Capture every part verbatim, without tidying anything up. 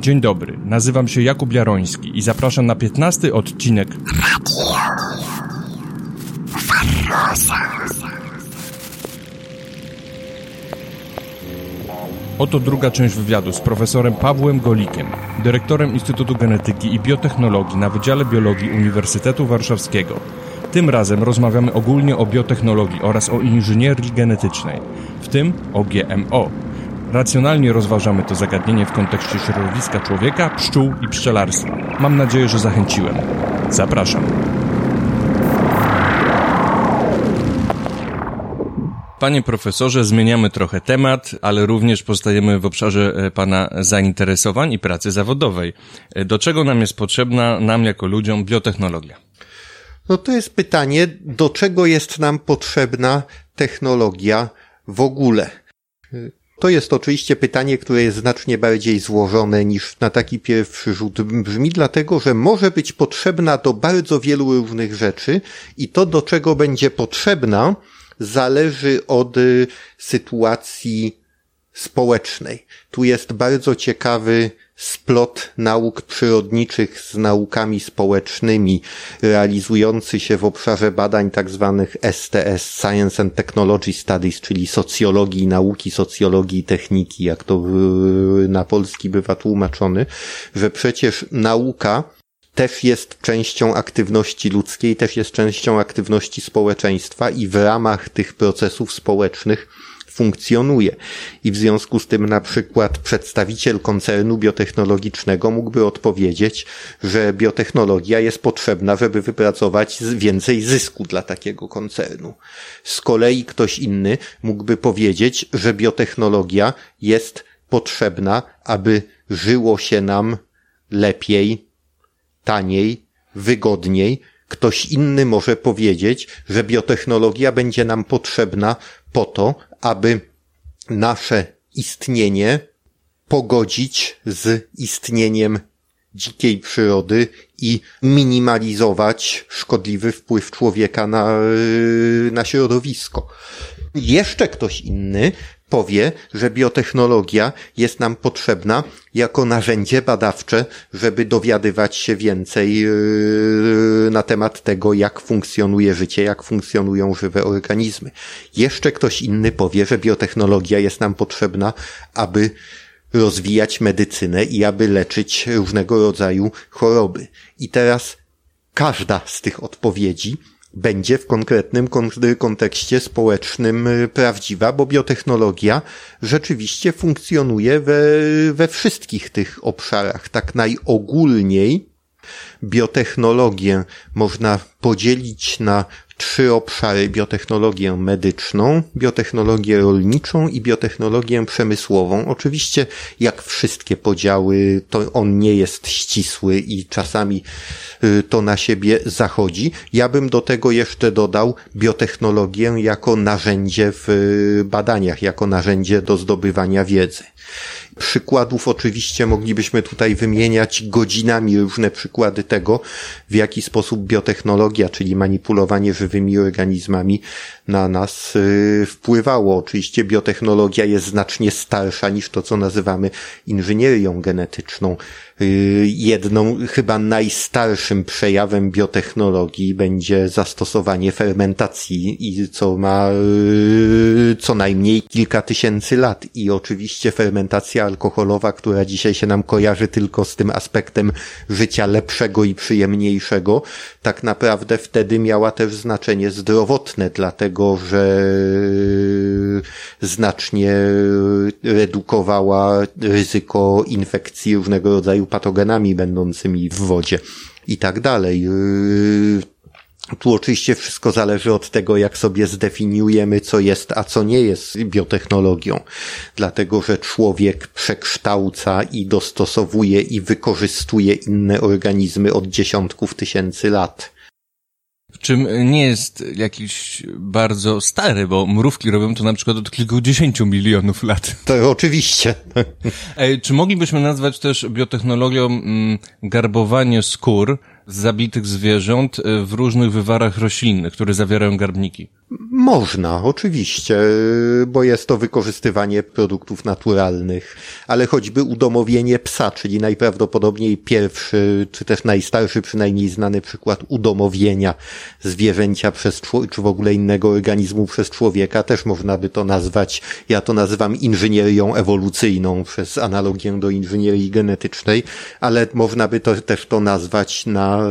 Dzień dobry, nazywam się Jakub Jaroński i zapraszam na piętnasty odcinek Oto druga część wywiadu z profesorem Pawłem Golikiem, dyrektorem Instytutu Genetyki i Biotechnologii na Wydziale Biologii Uniwersytetu Warszawskiego. Tym razem rozmawiamy ogólnie o biotechnologii oraz o inżynierii genetycznej, w tym o G M O. Racjonalnie rozważamy to zagadnienie w kontekście środowiska człowieka, pszczół i pszczelarstwa. Mam nadzieję, że zachęciłem. Zapraszam. Panie profesorze, zmieniamy trochę temat, ale również pozostajemy w obszarze pana zainteresowań i pracy zawodowej. Do czego nam jest potrzebna, nam jako ludziom, biotechnologia? No to jest pytanie, do czego jest nam potrzebna technologia w ogóle? To jest oczywiście pytanie, które jest znacznie bardziej złożone niż na taki pierwszy rzut brzmi, dlatego że może być potrzebna do bardzo wielu różnych rzeczy i to, do czego będzie potrzebna, zależy od y, sytuacji społecznej. Tu jest bardzo ciekawy splot nauk przyrodniczych z naukami społecznymi, realizujący się w obszarze badań tak zwanych S T S, Science and Technology Studies, czyli socjologii, nauki socjologii i techniki, jak to y, na polski bywa tłumaczony, że przecież nauka też jest częścią aktywności ludzkiej, też jest częścią aktywności społeczeństwa i w ramach tych procesów społecznych funkcjonuje. I w związku z tym na przykład przedstawiciel koncernu biotechnologicznego mógłby odpowiedzieć, że biotechnologia jest potrzebna, żeby wypracować więcej zysku dla takiego koncernu. Z kolei ktoś inny mógłby powiedzieć, że biotechnologia jest potrzebna, aby żyło się nam lepiej, taniej, wygodniej. Ktoś inny może powiedzieć, że biotechnologia będzie nam potrzebna po to, aby nasze istnienie pogodzić z istnieniem dzikiej przyrody i minimalizować szkodliwy wpływ człowieka na, na środowisko. Jeszcze ktoś inny powie, że biotechnologia jest nam potrzebna jako narzędzie badawcze, żeby dowiadywać się więcej yy, na temat tego, jak funkcjonuje życie, jak funkcjonują żywe organizmy. Jeszcze ktoś inny powie, że biotechnologia jest nam potrzebna, aby rozwijać medycynę i aby leczyć różnego rodzaju choroby. I teraz każda z tych odpowiedzi będzie w konkretnym kontekście społecznym prawdziwa, bo biotechnologia rzeczywiście funkcjonuje we, we wszystkich tych obszarach. Tak najogólniej biotechnologię można podzielić na trzy obszary: biotechnologię medyczną, biotechnologię rolniczą i biotechnologię przemysłową. Oczywiście, jak wszystkie podziały, to on nie jest ścisły i czasami to na siebie zachodzi. Ja bym do tego jeszcze dodał biotechnologię jako narzędzie w badaniach, jako narzędzie do zdobywania wiedzy. Przykładów oczywiście moglibyśmy tutaj wymieniać godzinami, różne przykłady tego, w jaki sposób biotechnologia, czyli manipulowanie żywymi organizmami, na nas yy, wpływało. Oczywiście biotechnologia jest znacznie starsza niż to, co nazywamy inżynierią genetyczną. Yy, jedną, chyba najstarszym przejawem biotechnologii będzie zastosowanie fermentacji, i co ma yy, co najmniej kilka tysięcy lat. I oczywiście fermentacja alkoholowa, która dzisiaj się nam kojarzy tylko z tym aspektem życia lepszego i przyjemniejszego, tak naprawdę wtedy miała też znaczenie zdrowotne, dlatego że znacznie redukowała ryzyko infekcji różnego rodzaju patogenami będącymi w wodzie i tak dalej. Tu oczywiście wszystko zależy od tego, jak sobie zdefiniujemy, co jest, a co nie jest biotechnologią. Dlatego, że człowiek przekształca i dostosowuje i wykorzystuje inne organizmy od dziesiątków tysięcy lat. W czym nie jest jakiś bardzo stary, bo mrówki robią to na przykład od kilkudziesięciu milionów lat. To oczywiście. Czy moglibyśmy nazwać też biotechnologią mm, garbowanie skór z zabitych zwierząt w różnych wywarach roślinnych, które zawierają garbniki? Można, oczywiście, bo jest to wykorzystywanie produktów naturalnych, ale choćby udomowienie psa, czyli najprawdopodobniej pierwszy, czy też najstarszy przynajmniej znany przykład udomowienia zwierzęcia przez człowieka, czy w ogóle innego organizmu przez człowieka, też można by to nazwać, ja to nazywam inżynierią ewolucyjną przez analogię do inżynierii genetycznej, ale można by to też to nazwać na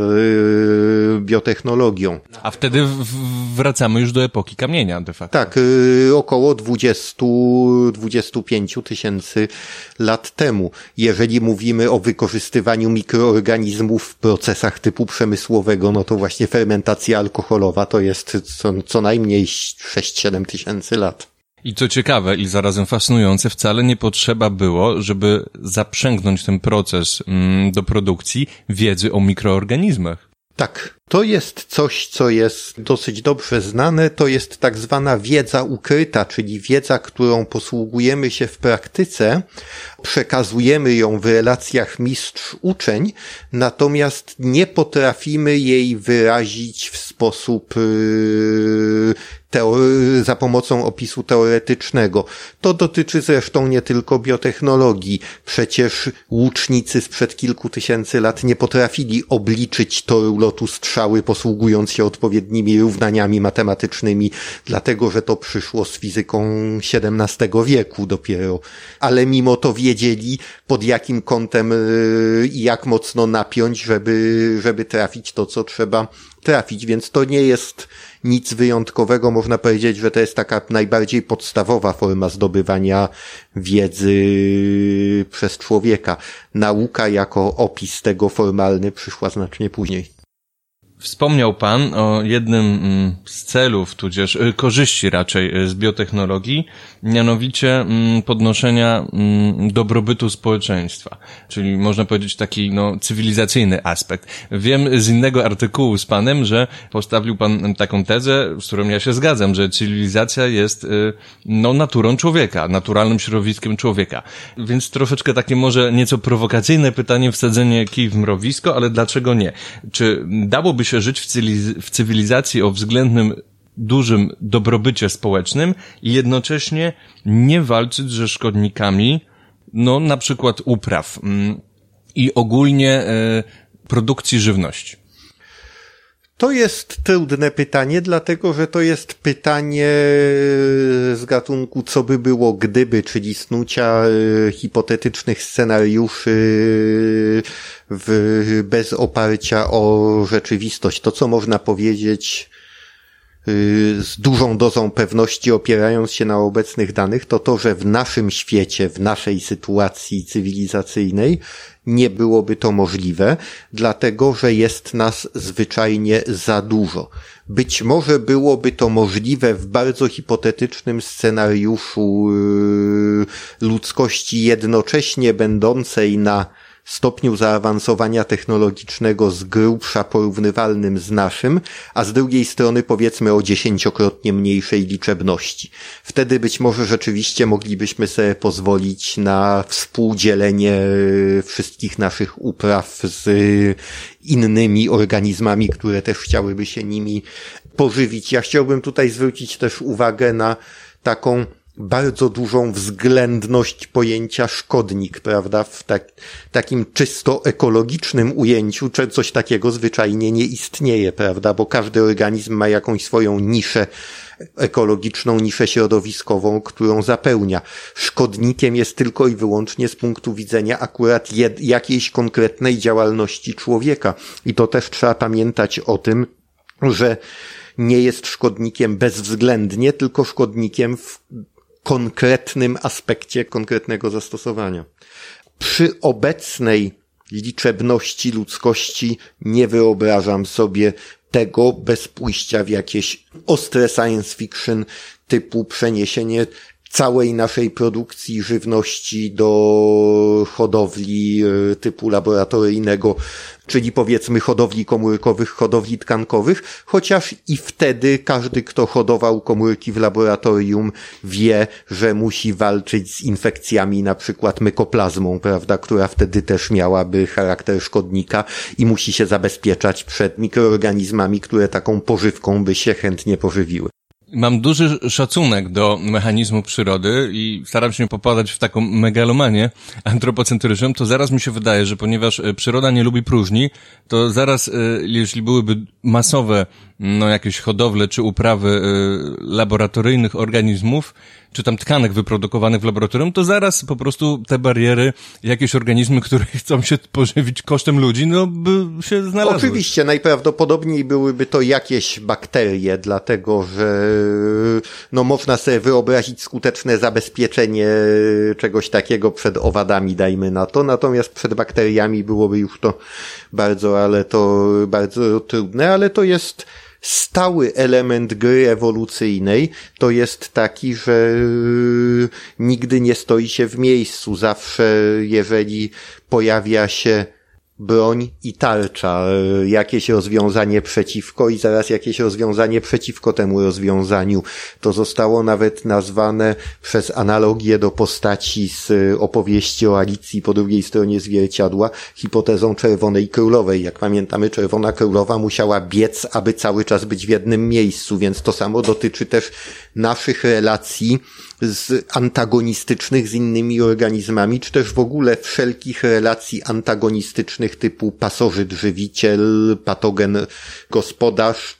yy, biotechnologią. A wtedy w- wracamy już do epoki kamienia de facto. Tak, yy, około dwadzieścia do dwudziestu pięciu tysięcy lat temu. Jeżeli mówimy o wykorzystywaniu mikroorganizmów w procesach typu przemysłowego, no to właśnie fermentacja alkoholowa to jest co, co najmniej sześć siedem tysięcy lat. I co ciekawe i zarazem fascynujące, wcale nie potrzeba było, żeby zaprzęgnąć ten proces mm, do produkcji wiedzy o mikroorganizmach. Tak, to jest coś, co jest dosyć dobrze znane, to jest tak zwana wiedza ukryta, czyli wiedza, którą posługujemy się w praktyce, przekazujemy ją w relacjach mistrz-uczeń, natomiast nie potrafimy jej wyrazić w sposób yy, teory, za pomocą opisu teoretycznego. To dotyczy zresztą nie tylko biotechnologii. Przecież łucznicy sprzed kilku tysięcy lat nie potrafili obliczyć toru lotu strzały, posługując się odpowiednimi równaniami matematycznymi, dlatego że to przyszło z fizyką siedemnastego wieku dopiero. Ale mimo to wiedzieli, pod jakim kątem i jak mocno napiąć, żeby, żeby trafić to, co trzeba trafić, więc to nie jest nic wyjątkowego. Można powiedzieć, że to jest taka najbardziej podstawowa forma zdobywania wiedzy przez człowieka. Nauka jako opis tego formalny przyszła znacznie później. Wspomniał Pan o jednym z celów, tudzież korzyści raczej z biotechnologii, mianowicie podnoszenia dobrobytu społeczeństwa, czyli można powiedzieć taki no cywilizacyjny aspekt. Wiem z innego artykułu z Panem, że postawił Pan taką tezę, z którą ja się zgadzam, że cywilizacja jest no naturą człowieka, naturalnym środowiskiem człowieka. Więc troszeczkę takie może nieco prowokacyjne pytanie, wsadzenie kij w mrowisko, ale dlaczego nie? Czy dałoby się żyć w cywilizacji o względnym dużym dobrobycie społecznym i jednocześnie nie walczyć ze szkodnikami, no na przykład upraw mm, i ogólnie y, produkcji żywności? To jest trudne pytanie, dlatego że to jest pytanie z gatunku co by było gdyby, czyli snucia hipotetycznych scenariuszy w, bez oparcia o rzeczywistość. To, co można powiedzieć z dużą dozą pewności, opierając się na obecnych danych, to to, że w naszym świecie, w naszej sytuacji cywilizacyjnej nie byłoby to możliwe, dlatego że jest nas zwyczajnie za dużo. Być może byłoby to możliwe w bardzo hipotetycznym scenariuszu yy, ludzkości jednocześnie będącej na stopniu zaawansowania technologicznego z grubsza porównywalnym z naszym, a z drugiej strony powiedzmy o dziesięciokrotnie mniejszej liczebności. Wtedy być może rzeczywiście moglibyśmy sobie pozwolić na współdzielenie wszystkich naszych upraw z innymi organizmami, które też chciałyby się nimi pożywić. Ja chciałbym tutaj zwrócić też uwagę na taką bardzo dużą względność pojęcia szkodnik, prawda, w tak, takim czysto ekologicznym ujęciu, czy coś takiego zwyczajnie nie istnieje, prawda, bo każdy organizm ma jakąś swoją niszę ekologiczną, niszę środowiskową, którą zapełnia. Szkodnikiem jest tylko i wyłącznie z punktu widzenia akurat jed- jakiejś konkretnej działalności człowieka. I to też trzeba pamiętać o tym, że nie jest szkodnikiem bezwzględnie, tylko szkodnikiem w konkretnym aspekcie konkretnego zastosowania. Przy obecnej liczebności ludzkości nie wyobrażam sobie tego bez pójścia w jakieś ostre science fiction typu przeniesienie całej naszej produkcji żywności do hodowli typu laboratoryjnego, czyli powiedzmy hodowli komórkowych, hodowli tkankowych, chociaż i wtedy każdy, kto hodował komórki w laboratorium, wie, że musi walczyć z infekcjami, na przykład mykoplazmą, prawda, która wtedy też miałaby charakter szkodnika i musi się zabezpieczać przed mikroorganizmami, które taką pożywką by się chętnie pożywiły. Mam duży szacunek do mechanizmów przyrody i staram się nie popadać w taką megalomanię antropocentryczną, to zaraz mi się wydaje, że ponieważ przyroda nie lubi próżni, to zaraz, jeśli byłyby masowe, no jakieś hodowle czy uprawy laboratoryjnych organizmów, czy tam tkanek wyprodukowanych w laboratorium, to zaraz po prostu te bariery, jakieś organizmy, które chcą się pożywić kosztem ludzi, no by się znalazły. Oczywiście, najprawdopodobniej byłyby to jakieś bakterie, dlatego że no można sobie wyobrazić skuteczne zabezpieczenie czegoś takiego przed owadami, dajmy na to, natomiast przed bakteriami byłoby już to bardzo, ale to bardzo trudne, ale to jest stały element gry ewolucyjnej, to jest taki, że nigdy nie stoi się w miejscu. Zawsze, jeżeli pojawia się broń i tarcza, jakieś rozwiązanie przeciwko i zaraz jakieś rozwiązanie przeciwko temu rozwiązaniu. To zostało nawet nazwane przez analogię do postaci z opowieści o Alicji po drugiej stronie zwierciadła hipotezą Czerwonej Królowej. Jak pamiętamy, Czerwona Królowa musiała biec, aby cały czas być w jednym miejscu, więc to samo dotyczy też naszych relacji z antagonistycznych z innymi organizmami, czy też w ogóle wszelkich relacji antagonistycznych typu pasożyt-żywiciel, patogen gospodarz,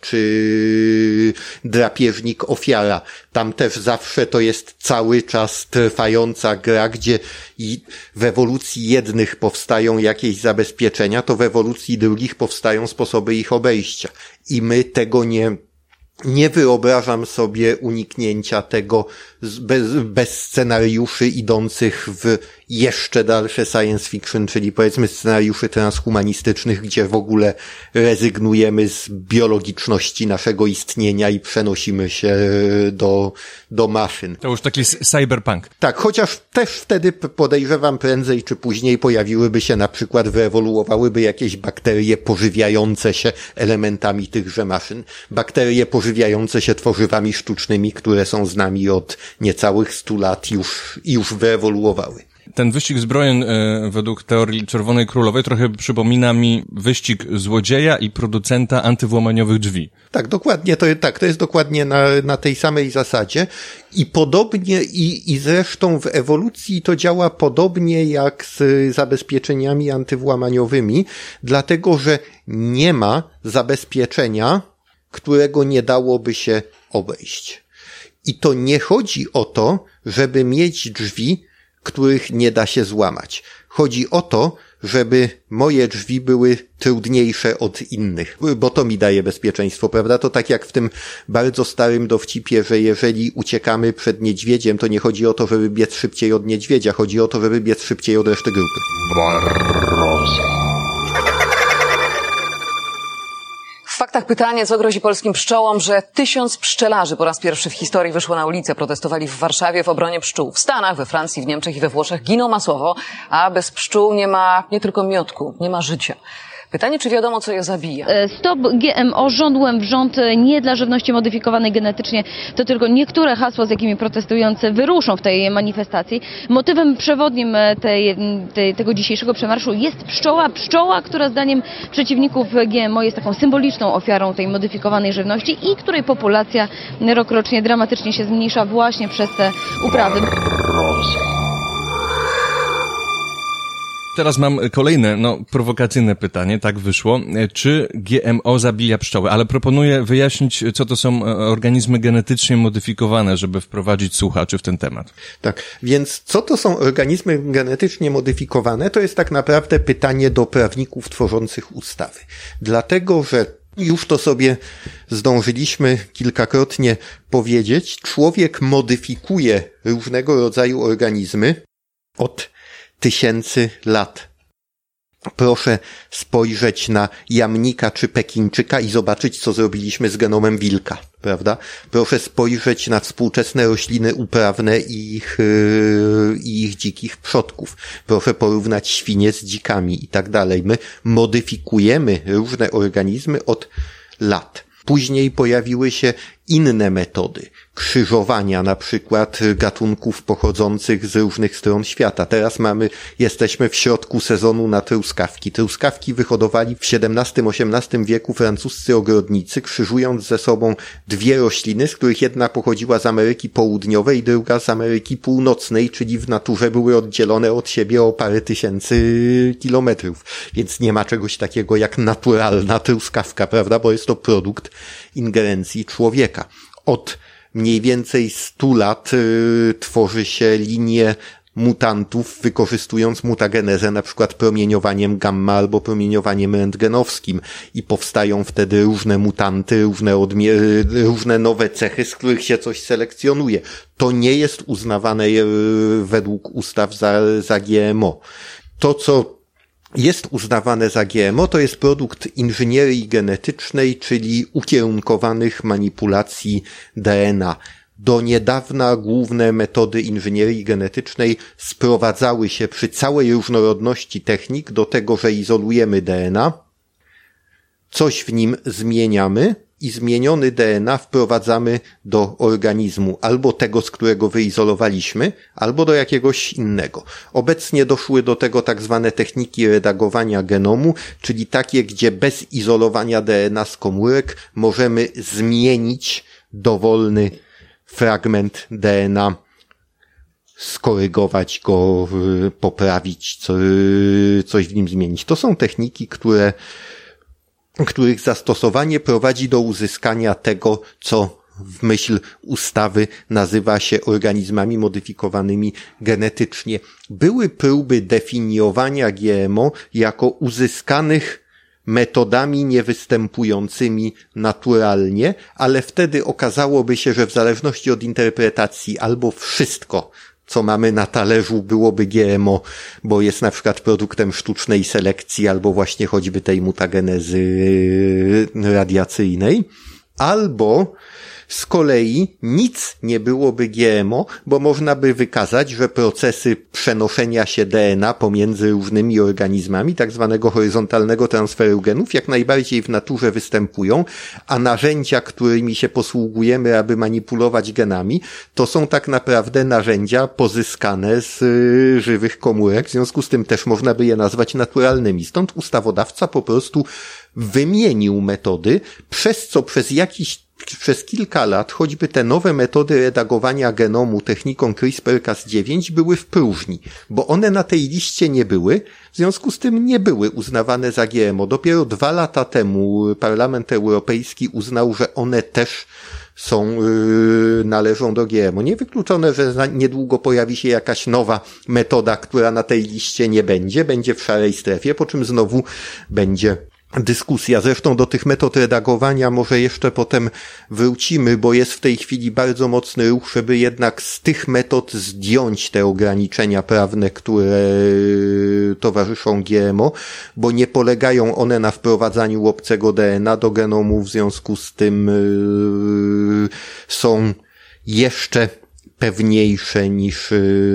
czy drapieżnik-ofiara. Tam też zawsze to jest cały czas trwająca gra, gdzie i w ewolucji jednych powstają jakieś zabezpieczenia, to w ewolucji drugich powstają sposoby ich obejścia. I my tego nie Nie wyobrażam sobie uniknięcia tego bez, bez scenariuszy idących w jeszcze dalsze science fiction, czyli powiedzmy scenariuszy transhumanistycznych, gdzie w ogóle rezygnujemy z biologiczności naszego istnienia i przenosimy się do, do maszyn. To już taki cyberpunk. Tak, chociaż też wtedy podejrzewam prędzej czy później pojawiłyby się na przykład, wyewoluowałyby jakieś bakterie pożywiające się elementami tychże maszyn. Bakterie pożywiające się tworzywami sztucznymi, które są z nami od niecałych stu lat już, już wyewoluowały. Ten wyścig zbrojeń e, według teorii Czerwonej Królowej trochę przypomina mi wyścig złodzieja i producenta antywłamaniowych drzwi. Tak, dokładnie, to, tak, to jest dokładnie na, na tej samej zasadzie i podobnie i, i zresztą w ewolucji to działa podobnie jak z zabezpieczeniami antywłamaniowymi, dlatego że nie ma zabezpieczenia, którego nie dałoby się obejść. I to nie chodzi o to, żeby mieć drzwi, których nie da się złamać. Chodzi o to, żeby moje drzwi były trudniejsze od innych, bo to mi daje bezpieczeństwo, prawda? To tak jak w tym bardzo starym dowcipie, że jeżeli uciekamy przed niedźwiedziem, to nie chodzi o to, żeby biec szybciej od niedźwiedzia, chodzi o to, żeby biec szybciej od reszty grupy. Barroza. W faktach pytanie, co grozi polskim pszczołom, że tysiąc pszczelarzy po raz pierwszy w historii wyszło na ulicę, protestowali w Warszawie w obronie pszczół. W Stanach, we Francji, w Niemczech i we Włoszech giną masowo, a bez pszczół nie ma nie tylko miodku, nie ma życia. Pytanie, czy wiadomo, co je zabija? Stop G M O, rządłem w rząd, nie dla żywności modyfikowanej genetycznie. To tylko niektóre hasła, z jakimi protestujący wyruszą w tej manifestacji. Motywem przewodnim tej, tej, tego dzisiejszego przemarszu jest pszczoła. Pszczoła, która zdaniem przeciwników G M O jest taką symboliczną ofiarą tej modyfikowanej żywności i której populacja rokrocznie dramatycznie się zmniejsza właśnie przez te uprawy. Teraz mam kolejne, no, prowokacyjne pytanie, tak wyszło. Czy G M O zabija pszczoły? Ale proponuję wyjaśnić, co to są organizmy genetycznie modyfikowane, żeby wprowadzić słuchaczy w ten temat. Tak, więc co to są organizmy genetycznie modyfikowane? To jest tak naprawdę pytanie do prawników tworzących ustawy. Dlatego, że już to sobie zdążyliśmy kilkakrotnie powiedzieć, człowiek modyfikuje różnego rodzaju organizmy od tysięcy lat. Proszę spojrzeć na jamnika czy pekińczyka i zobaczyć, co zrobiliśmy z genomem wilka, prawda? Proszę spojrzeć na współczesne rośliny uprawne i ich, yy, i ich dzikich przodków. Proszę porównać świnie z dzikami i tak dalej. My modyfikujemy różne organizmy od lat. Później pojawiły się inne metody krzyżowania na przykład gatunków pochodzących z różnych stron świata. Teraz mamy, jesteśmy w środku sezonu na truskawki. Truskawki wyhodowali w siedemnastym osiemnastym wieku francuscy ogrodnicy, krzyżując ze sobą dwie rośliny, z których jedna pochodziła z Ameryki Południowej, druga z Ameryki Północnej, czyli w naturze były oddzielone od siebie o parę tysięcy kilometrów. Więc nie ma czegoś takiego jak naturalna truskawka, prawda, bo jest to produkt ingerencji człowieka. Od mniej więcej stu lat y, tworzy się linię mutantów, wykorzystując mutagenezę, na przykład promieniowaniem gamma albo promieniowaniem rentgenowskim i powstają wtedy różne mutanty, różne, odmie- różne nowe cechy, z których się coś selekcjonuje. To nie jest uznawane y, według ustaw za, za G M O. To, co jest uznawane za G M O, to jest produkt inżynierii genetycznej, czyli ukierunkowanych manipulacji D N A. Do niedawna główne metody inżynierii genetycznej sprowadzały się przy całej różnorodności technik do tego, że izolujemy D N A, coś w nim zmieniamy i zmieniony D N A wprowadzamy do organizmu, albo tego, z którego wyizolowaliśmy, albo do jakiegoś innego. Obecnie doszły do tego tak zwane techniki redagowania genomu, czyli takie, gdzie bez izolowania D N A z komórek możemy zmienić dowolny fragment D N A, skorygować go, poprawić, coś w nim zmienić. To są techniki, które których zastosowanie prowadzi do uzyskania tego, co w myśl ustawy nazywa się organizmami modyfikowanymi genetycznie. Były próby definiowania G M O jako uzyskanych metodami niewystępującymi naturalnie, ale wtedy okazałoby się, że w zależności od interpretacji albo wszystko, co mamy na talerzu, byłoby G M O, bo jest na przykład produktem sztucznej selekcji albo właśnie choćby tej mutagenezy radiacyjnej, albo z kolei nic nie byłoby G M O, bo można by wykazać, że procesy przenoszenia się D N A pomiędzy różnymi organizmami, tak zwanego horyzontalnego transferu genów, jak najbardziej w naturze występują, a narzędzia, którymi się posługujemy, aby manipulować genami, to są tak naprawdę narzędzia pozyskane z y, żywych komórek, w związku z tym też można by je nazwać naturalnymi. Stąd ustawodawca po prostu wymienił metody, przez co przez jakiś Przez kilka lat choćby te nowe metody redagowania genomu techniką CRISPR Cas dziewięć były w próżni, bo one na tej liście nie były, w związku z tym nie były uznawane za G M O. Dopiero dwa lata temu Parlament Europejski uznał, że one też są, yy, należą do G M O. Niewykluczone, że za niedługo pojawi się jakaś nowa metoda, która na tej liście nie będzie, będzie w szarej strefie, po czym znowu będzie dyskusja. Zresztą do tych metod redagowania może jeszcze potem wrócimy, bo jest w tej chwili bardzo mocny ruch, żeby jednak z tych metod zdjąć te ograniczenia prawne, które towarzyszą G M O, bo nie polegają one na wprowadzaniu obcego D N A do genomu, w związku z tym yy, są jeszcze pewniejsze niż,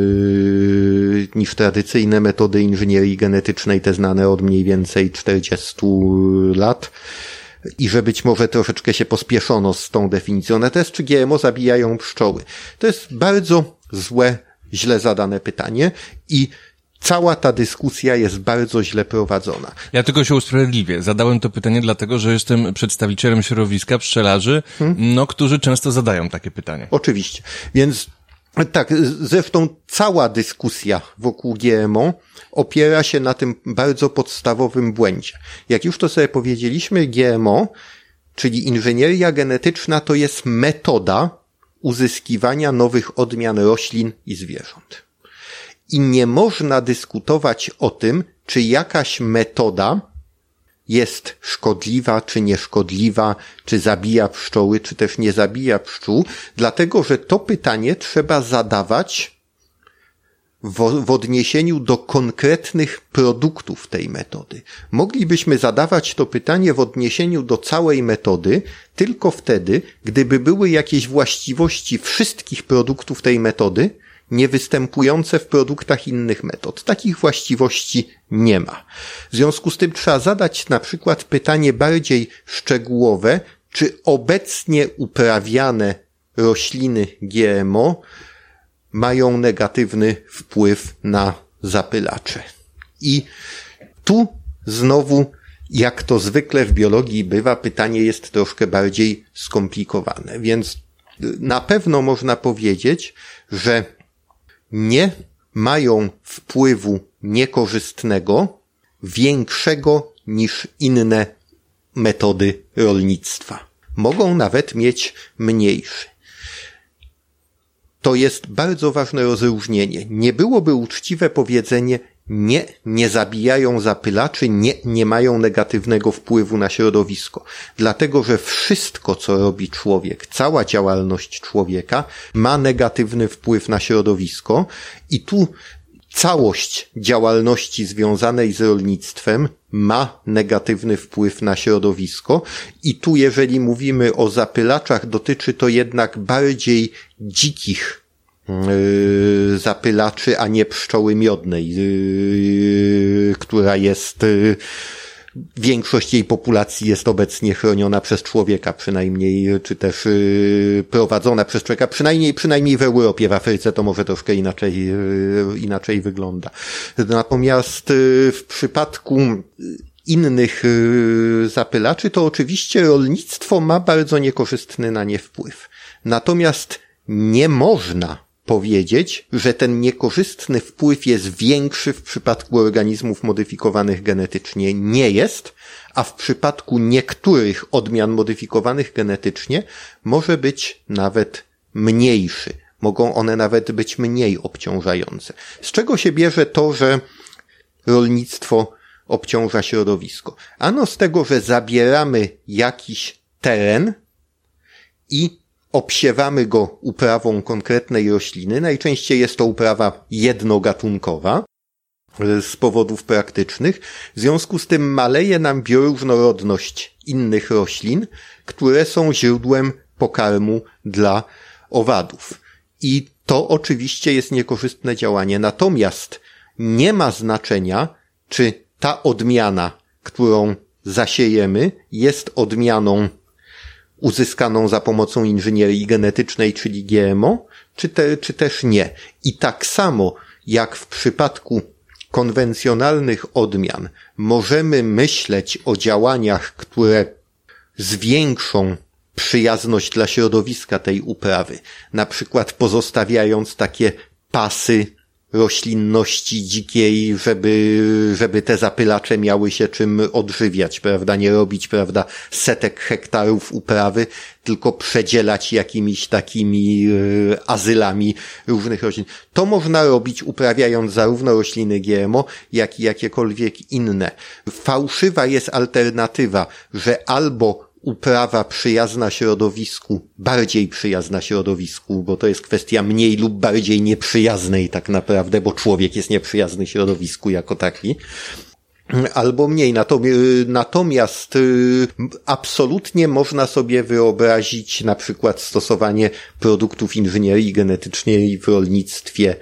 yy, niż tradycyjne metody inżynierii genetycznej, te znane od mniej więcej czterdziestu lat. I że być może troszeczkę się pospieszono z tą definicją. Natomiast czy G M O zabijają pszczoły? To jest bardzo złe, źle zadane pytanie i cała ta dyskusja jest bardzo źle prowadzona. Ja tylko się usprawiedliwię. Zadałem to pytanie dlatego, że jestem przedstawicielem środowiska pszczelarzy, hmm? no, którzy często zadają takie pytanie. Oczywiście. Więc tak, zresztą cała dyskusja wokół G M O opiera się na tym bardzo podstawowym błędzie. Jak już to sobie powiedzieliśmy, G M O, czyli inżynieria genetyczna, to jest metoda uzyskiwania nowych odmian roślin i zwierząt. I nie można dyskutować o tym, czy jakaś metoda jest szkodliwa, czy nieszkodliwa, czy zabija pszczoły, czy też nie zabija pszczół, dlatego że to pytanie trzeba zadawać w, w odniesieniu do konkretnych produktów tej metody. Moglibyśmy zadawać to pytanie w odniesieniu do całej metody tylko wtedy, gdyby były jakieś właściwości wszystkich produktów tej metody, nie występujące w produktach innych metod. Takich właściwości nie ma. W związku z tym trzeba zadać na przykład pytanie bardziej szczegółowe, czy obecnie uprawiane rośliny G M O mają negatywny wpływ na zapylacze. I tu znowu, jak to zwykle w biologii bywa, pytanie jest troszkę bardziej skomplikowane. Więc na pewno można powiedzieć, że nie mają wpływu niekorzystnego większego niż inne metody rolnictwa. Mogą nawet mieć mniejszy. To jest bardzo ważne rozróżnienie. Nie byłoby uczciwe powiedzenie nie, nie zabijają zapylaczy, nie, nie mają negatywnego wpływu na środowisko. Dlatego, że wszystko, co robi człowiek, cała działalność człowieka ma negatywny wpływ na środowisko i tu całość działalności związanej z rolnictwem ma negatywny wpływ na środowisko i tu, jeżeli mówimy o zapylaczach, dotyczy to jednak bardziej dzikich Yy, zapylaczy, a nie pszczoły miodnej, yy, która jest, yy, większość jej populacji jest obecnie chroniona przez człowieka przynajmniej, czy też yy, prowadzona przez człowieka, przynajmniej, przynajmniej w Europie, w Afryce to może troszkę inaczej, yy, inaczej wygląda. Natomiast yy, w przypadku innych yy, zapylaczy to oczywiście rolnictwo ma bardzo niekorzystny na nie wpływ. Natomiast nie można powiedzieć, że ten niekorzystny wpływ jest większy w przypadku organizmów modyfikowanych genetycznie. Nie jest, a w przypadku niektórych odmian modyfikowanych genetycznie może być nawet mniejszy. Mogą one nawet być mniej obciążające. Z czego się bierze to, że rolnictwo obciąża środowisko? Ano z tego, że zabieramy jakiś teren i obsiewamy go uprawą konkretnej rośliny. Najczęściej jest to uprawa jednogatunkowa z powodów praktycznych. W związku z tym maleje nam bioróżnorodność innych roślin, które są źródłem pokarmu dla owadów. I to oczywiście jest niekorzystne działanie. Natomiast nie ma znaczenia, czy ta odmiana, którą zasiejemy, jest odmianą uzyskaną za pomocą inżynierii genetycznej, czyli G M O, czy, te, czy też nie. I tak samo jak w przypadku konwencjonalnych odmian możemy myśleć o działaniach, które zwiększą przyjazność dla środowiska tej uprawy, na przykład pozostawiając takie pasy roślinności dzikiej, żeby, żeby te zapylacze miały się czym odżywiać, prawda, nie robić, prawda, setek hektarów uprawy, tylko przedzielać jakimiś takimi y, azylami różnych roślin. To można robić uprawiając zarówno rośliny G M O, jak i jakiekolwiek inne. Fałszywa jest alternatywa, że albo uprawa przyjazna środowisku, bardziej przyjazna środowisku, bo to jest kwestia mniej lub bardziej nieprzyjaznej tak naprawdę, bo człowiek jest nieprzyjazny środowisku jako taki, albo mniej. Natomiast absolutnie można sobie wyobrazić na przykład stosowanie produktów inżynierii genetycznej w rolnictwie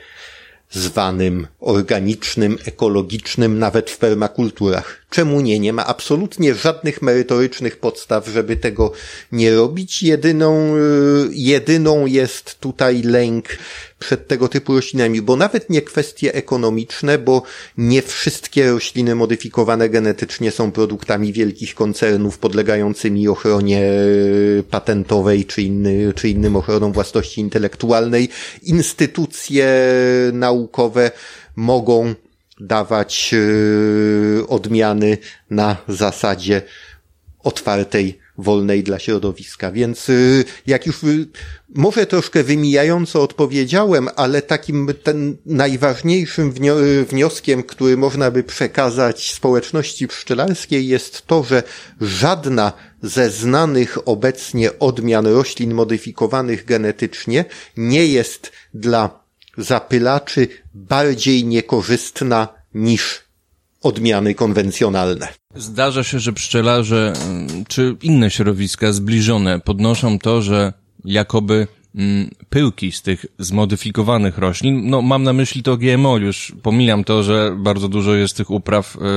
zwanym organicznym, ekologicznym, nawet w permakulturach. Czemu nie? Nie ma absolutnie żadnych merytorycznych podstaw, żeby tego nie robić. Jedyną, jedyną jest tutaj lęk przed tego typu roślinami, bo nawet nie kwestie ekonomiczne, bo nie wszystkie rośliny modyfikowane genetycznie są produktami wielkich koncernów podlegającymi ochronie patentowej czy, inny, czy innym ochronom własności intelektualnej. Instytucje naukowe mogą dawać yy, odmiany na zasadzie otwartej, wolnej dla środowiska. Więc yy, jak już yy, może troszkę wymijająco odpowiedziałem, ale takim ten najważniejszym wnio- wnioskiem, który można by przekazać społeczności pszczelarskiej, jest to, że żadna ze znanych obecnie odmian roślin modyfikowanych genetycznie nie jest dla zapylaczy bardziej niekorzystna niż odmiany konwencjonalne. Zdarza się, że pszczelarze czy inne środowiska zbliżone podnoszą to, że jakoby mm, pyłki z tych zmodyfikowanych roślin, no mam na myśli to G M O, już pomijam to, że bardzo dużo jest tych upraw y,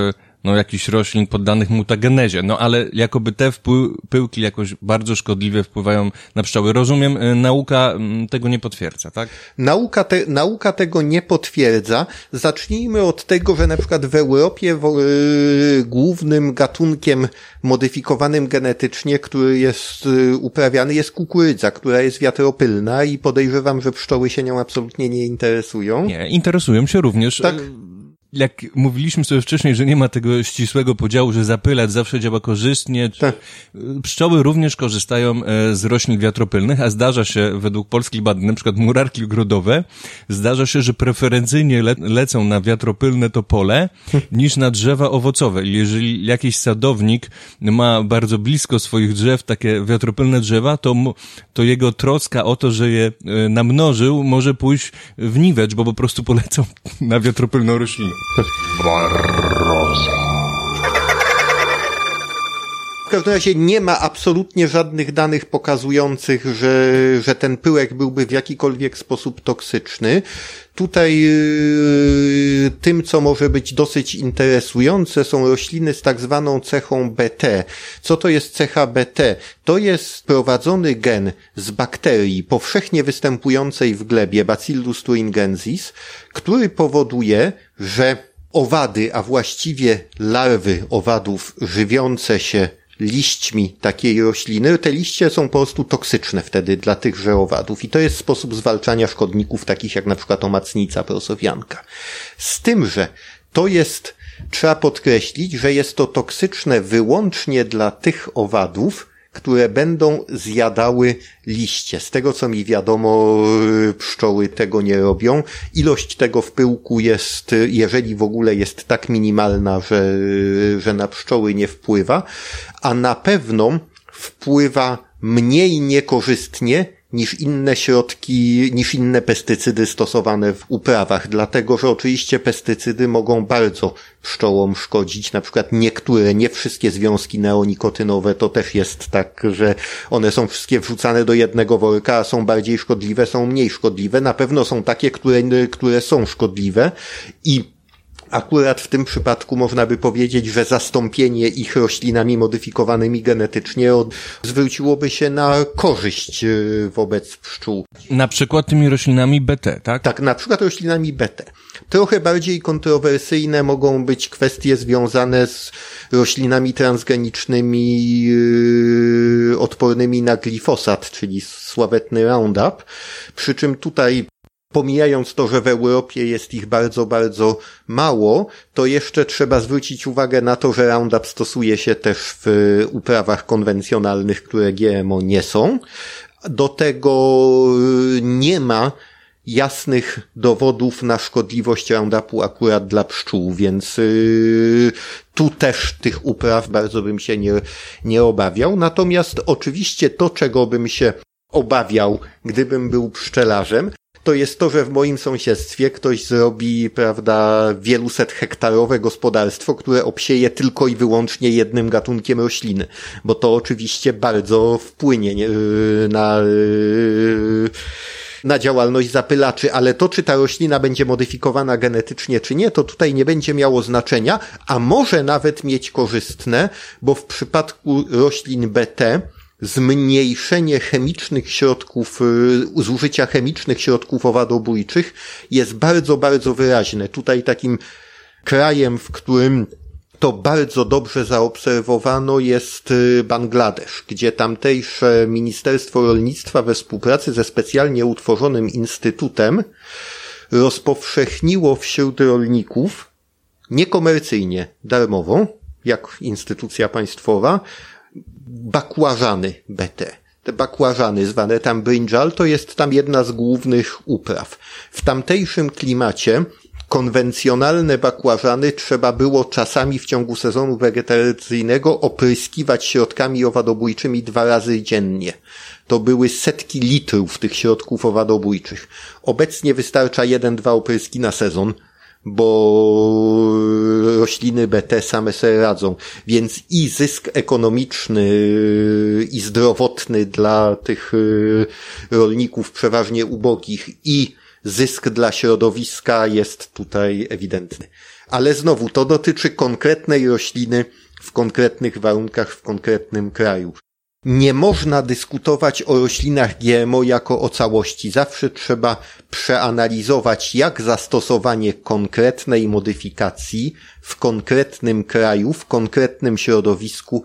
no jakichś roślin poddanych mutagenezie, no ale jakoby te wpły- pyłki jakoś bardzo szkodliwie wpływają na pszczoły. Rozumiem, y, nauka y, tego nie potwierdza, tak? Nauka, te, nauka tego nie potwierdza. Zacznijmy od tego, że na przykład w Europie w, y, głównym gatunkiem modyfikowanym genetycznie, który jest y, uprawiany, jest kukurydza, która jest wiatropylna i podejrzewam, że pszczoły się nią absolutnie nie interesują. Nie, interesują się również. Tak. Jak mówiliśmy sobie wcześniej, że nie ma tego ścisłego podziału, że zapylacz zawsze działa korzystnie. Tak. Pszczoły również korzystają z roślin wiatropylnych, a zdarza się według polskich badań, na przykład murarki ogrodowe, zdarza się, że preferencyjnie le- lecą na wiatropylne topole niż na drzewa owocowe. I jeżeli jakiś sadownik ma bardzo blisko swoich drzew takie wiatropylne drzewa, to, to jego troska o to, że je namnożył, może pójść w niwecz, bo po prostu polecą na wiatropylną roślinę. Barroso. W każdym razie nie ma absolutnie żadnych danych pokazujących, że, że ten pyłek byłby w jakikolwiek sposób toksyczny. Tutaj yy, tym, co może być dosyć interesujące, są rośliny z tak zwaną cechą B T. Co to jest cecha B T? To jest sprowadzony gen z bakterii powszechnie występującej w glebie, Bacillus thuringiensis, który powoduje, że owady, a właściwie larwy owadów żywiące się liśćmi takiej rośliny, te liście są po prostu toksyczne wtedy dla tychże owadów i to jest sposób zwalczania szkodników takich jak na przykład omacnica prosowianka. Z tym, że to jest, trzeba podkreślić, że jest to toksyczne wyłącznie dla tych owadów, które będą zjadały liście. Z tego, co mi wiadomo, pszczoły tego nie robią. Ilość tego w pyłku jest, jeżeli w ogóle jest tak minimalna, że, że na pszczoły nie wpływa, a na pewno wpływa mniej niekorzystnie niż inne środki, niż inne pestycydy stosowane w uprawach, dlatego, że oczywiście pestycydy mogą bardzo pszczołom szkodzić, na przykład niektóre, nie wszystkie związki neonikotynowe, to też jest tak, że one są wszystkie wrzucane do jednego worka, a są bardziej szkodliwe, są mniej szkodliwe, na pewno są takie, które, które są szkodliwe i akurat w tym przypadku można by powiedzieć, że zastąpienie ich roślinami modyfikowanymi genetycznie od, zwróciłoby się na korzyść wobec pszczół. Na przykład tymi roślinami B T, tak? Tak, na przykład roślinami B T. Trochę bardziej kontrowersyjne mogą być kwestie związane z roślinami transgenicznymi yy, odpornymi na glifosat, czyli sławetny Roundup. Przy czym tutaj, pomijając to, że w Europie jest ich bardzo, bardzo mało, to jeszcze trzeba zwrócić uwagę na to, że Roundup stosuje się też w uprawach konwencjonalnych, które G M O nie są. Do tego nie ma jasnych dowodów na szkodliwość Roundupu akurat dla pszczół, więc yy, tu też tych upraw bardzo bym się nie, nie obawiał. Natomiast oczywiście to, czego bym się obawiał, gdybym był pszczelarzem, to jest to, że w moim sąsiedztwie ktoś zrobi, prawda, wieluset hektarowe gospodarstwo, które obsieje tylko i wyłącznie jednym gatunkiem rośliny, bo to oczywiście bardzo wpłynie nie, na, na działalność zapylaczy, ale to, czy ta roślina będzie modyfikowana genetycznie, czy nie, to tutaj nie będzie miało znaczenia, a może nawet mieć korzystne, bo w przypadku roślin B T zmniejszenie chemicznych środków, zużycia chemicznych środków owadobójczych jest bardzo, bardzo wyraźne. Tutaj takim krajem, w którym to bardzo dobrze zaobserwowano, jest Bangladesz, gdzie tamtejsze Ministerstwo Rolnictwa we współpracy ze specjalnie utworzonym instytutem rozpowszechniło wśród rolników niekomercyjnie, darmowo, jak instytucja państwowa, bakłażany B T. Te bakłażany zwane tam brinjal to jest tam jedna z głównych upraw. W tamtejszym klimacie konwencjonalne bakłażany trzeba było czasami w ciągu sezonu wegetacyjnego opryskiwać środkami owadobójczymi dwa razy dziennie. To były setki litrów tych środków owadobójczych. Obecnie wystarcza jeden, dwa opryski na sezon, bo rośliny B T same sobie radzą, więc i zysk ekonomiczny i zdrowotny dla tych rolników przeważnie ubogich i zysk dla środowiska jest tutaj ewidentny. Ale znowu, to dotyczy konkretnej rośliny w konkretnych warunkach, w konkretnym kraju. Nie można dyskutować o roślinach G M O jako o całości. Zawsze trzeba przeanalizować, jak zastosowanie konkretnej modyfikacji w konkretnym kraju, w konkretnym środowisku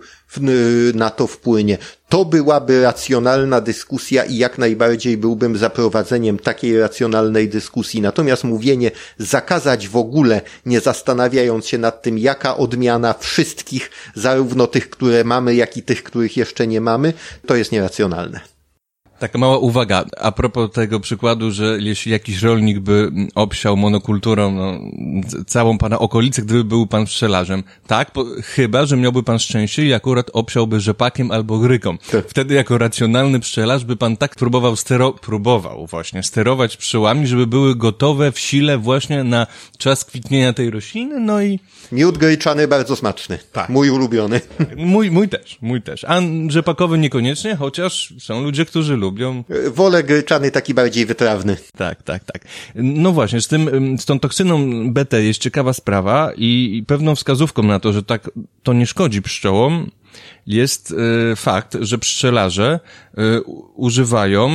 na to wpłynie. To byłaby racjonalna dyskusja i jak najbardziej byłbym za prowadzeniem takiej racjonalnej dyskusji. Natomiast mówienie zakazać w ogóle, nie zastanawiając się nad tym, jaka odmiana wszystkich, zarówno tych, które mamy, jak i tych, których jeszcze nie mamy, to jest nieracjonalne. Taka mała uwaga, a propos tego przykładu, że jeśli jakiś rolnik by obsiał monokulturą no, całą pana okolicę, gdyby był pan pszczelarzem, tak, po, chyba, że miałby pan szczęście i akurat obsiałby rzepakiem albo gryką. Wtedy jako racjonalny pszczelarz by pan tak próbował stero, próbował właśnie sterować pszczołami, żeby były gotowe w sile właśnie na czas kwitnienia tej rośliny, no i... Miód gryczany bardzo smaczny. Tak. Mój ulubiony. Mój, mój też, mój też. A rzepakowy niekoniecznie, chociaż są ludzie, którzy lubią. Wolę gryczany taki bardziej wytrawny. Tak, tak, tak. No właśnie, z tym, z tą toksyną B T jest ciekawa sprawa i, i pewną wskazówką na to, że tak to nie szkodzi pszczołom, jest y, fakt, że pszczelarze y, używają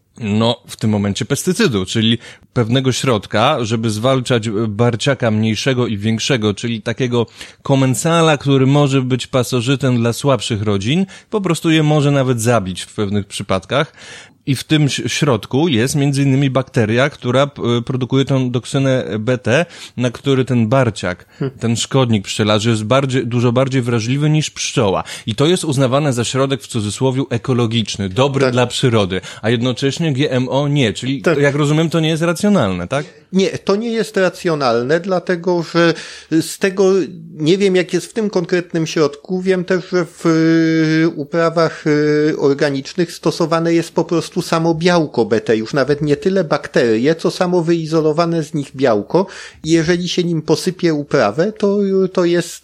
no, w tym momencie pestycydu, czyli pewnego środka, żeby zwalczać barciaka mniejszego i większego, czyli takiego komensala, który może być pasożytem dla słabszych rodzin, po prostu je może nawet zabić w pewnych przypadkach. I w tym środku jest między innymi bakteria, która produkuje tą toksynę B T, na który ten barciak, ten szkodnik pszczelarzy jest bardziej, dużo bardziej wrażliwy niż pszczoła. I to jest uznawane za środek w cudzysłowie ekologiczny, dobry tak. dla przyrody, a jednocześnie G M O nie, czyli tak. jak rozumiem to nie jest racjonalne, tak? Nie, to nie jest racjonalne, dlatego że z tego, nie wiem jak jest w tym konkretnym środku, wiem też, że w uprawach organicznych stosowane jest po prostu samo białko B T, już nawet nie tyle bakterie, co samo wyizolowane z nich białko i jeżeli się nim posypie uprawę, to, to jest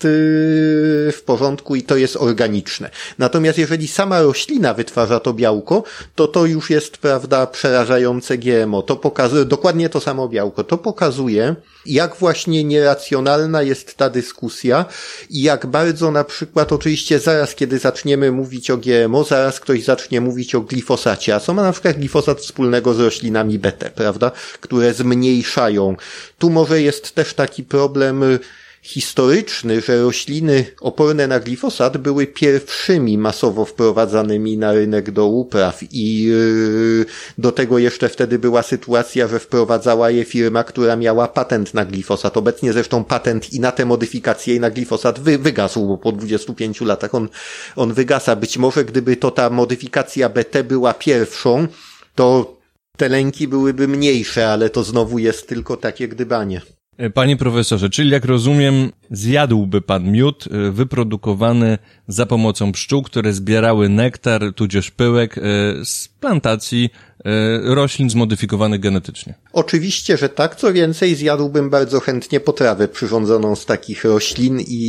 w porządku i to jest organiczne. Natomiast jeżeli sama roślina wytwarza to białko, to to już jest, prawda, przerażające G M O. To pokazuje, dokładnie to samo białko. To pokazuje, jak właśnie nieracjonalna jest ta dyskusja i jak bardzo na przykład, oczywiście zaraz kiedy zaczniemy mówić o G M O, zaraz ktoś zacznie mówić o glifosacie, a co ma na przykład glifosat wspólnego z roślinami B T, prawda, które zmniejszają. Tu może jest też taki problem historyczny, że rośliny oporne na glifosat były pierwszymi masowo wprowadzanymi na rynek do upraw i yy, do tego jeszcze wtedy była sytuacja, że wprowadzała je firma, która miała patent na glifosat. Obecnie zresztą patent i na te modyfikacje i na glifosat wy, wygasł, bo po dwudziestu pięciu latach on, on wygasa. Być może gdyby to ta modyfikacja B T była pierwszą, to te lęki byłyby mniejsze, ale to znowu jest tylko takie gdybanie. Panie profesorze, czyli jak rozumiem, zjadłby pan miód wyprodukowany za pomocą pszczół, które zbierały nektar, tudzież pyłek z plantacji roślin zmodyfikowanych genetycznie. Oczywiście, że tak. Co więcej, zjadłbym bardzo chętnie potrawę przyrządzoną z takich roślin i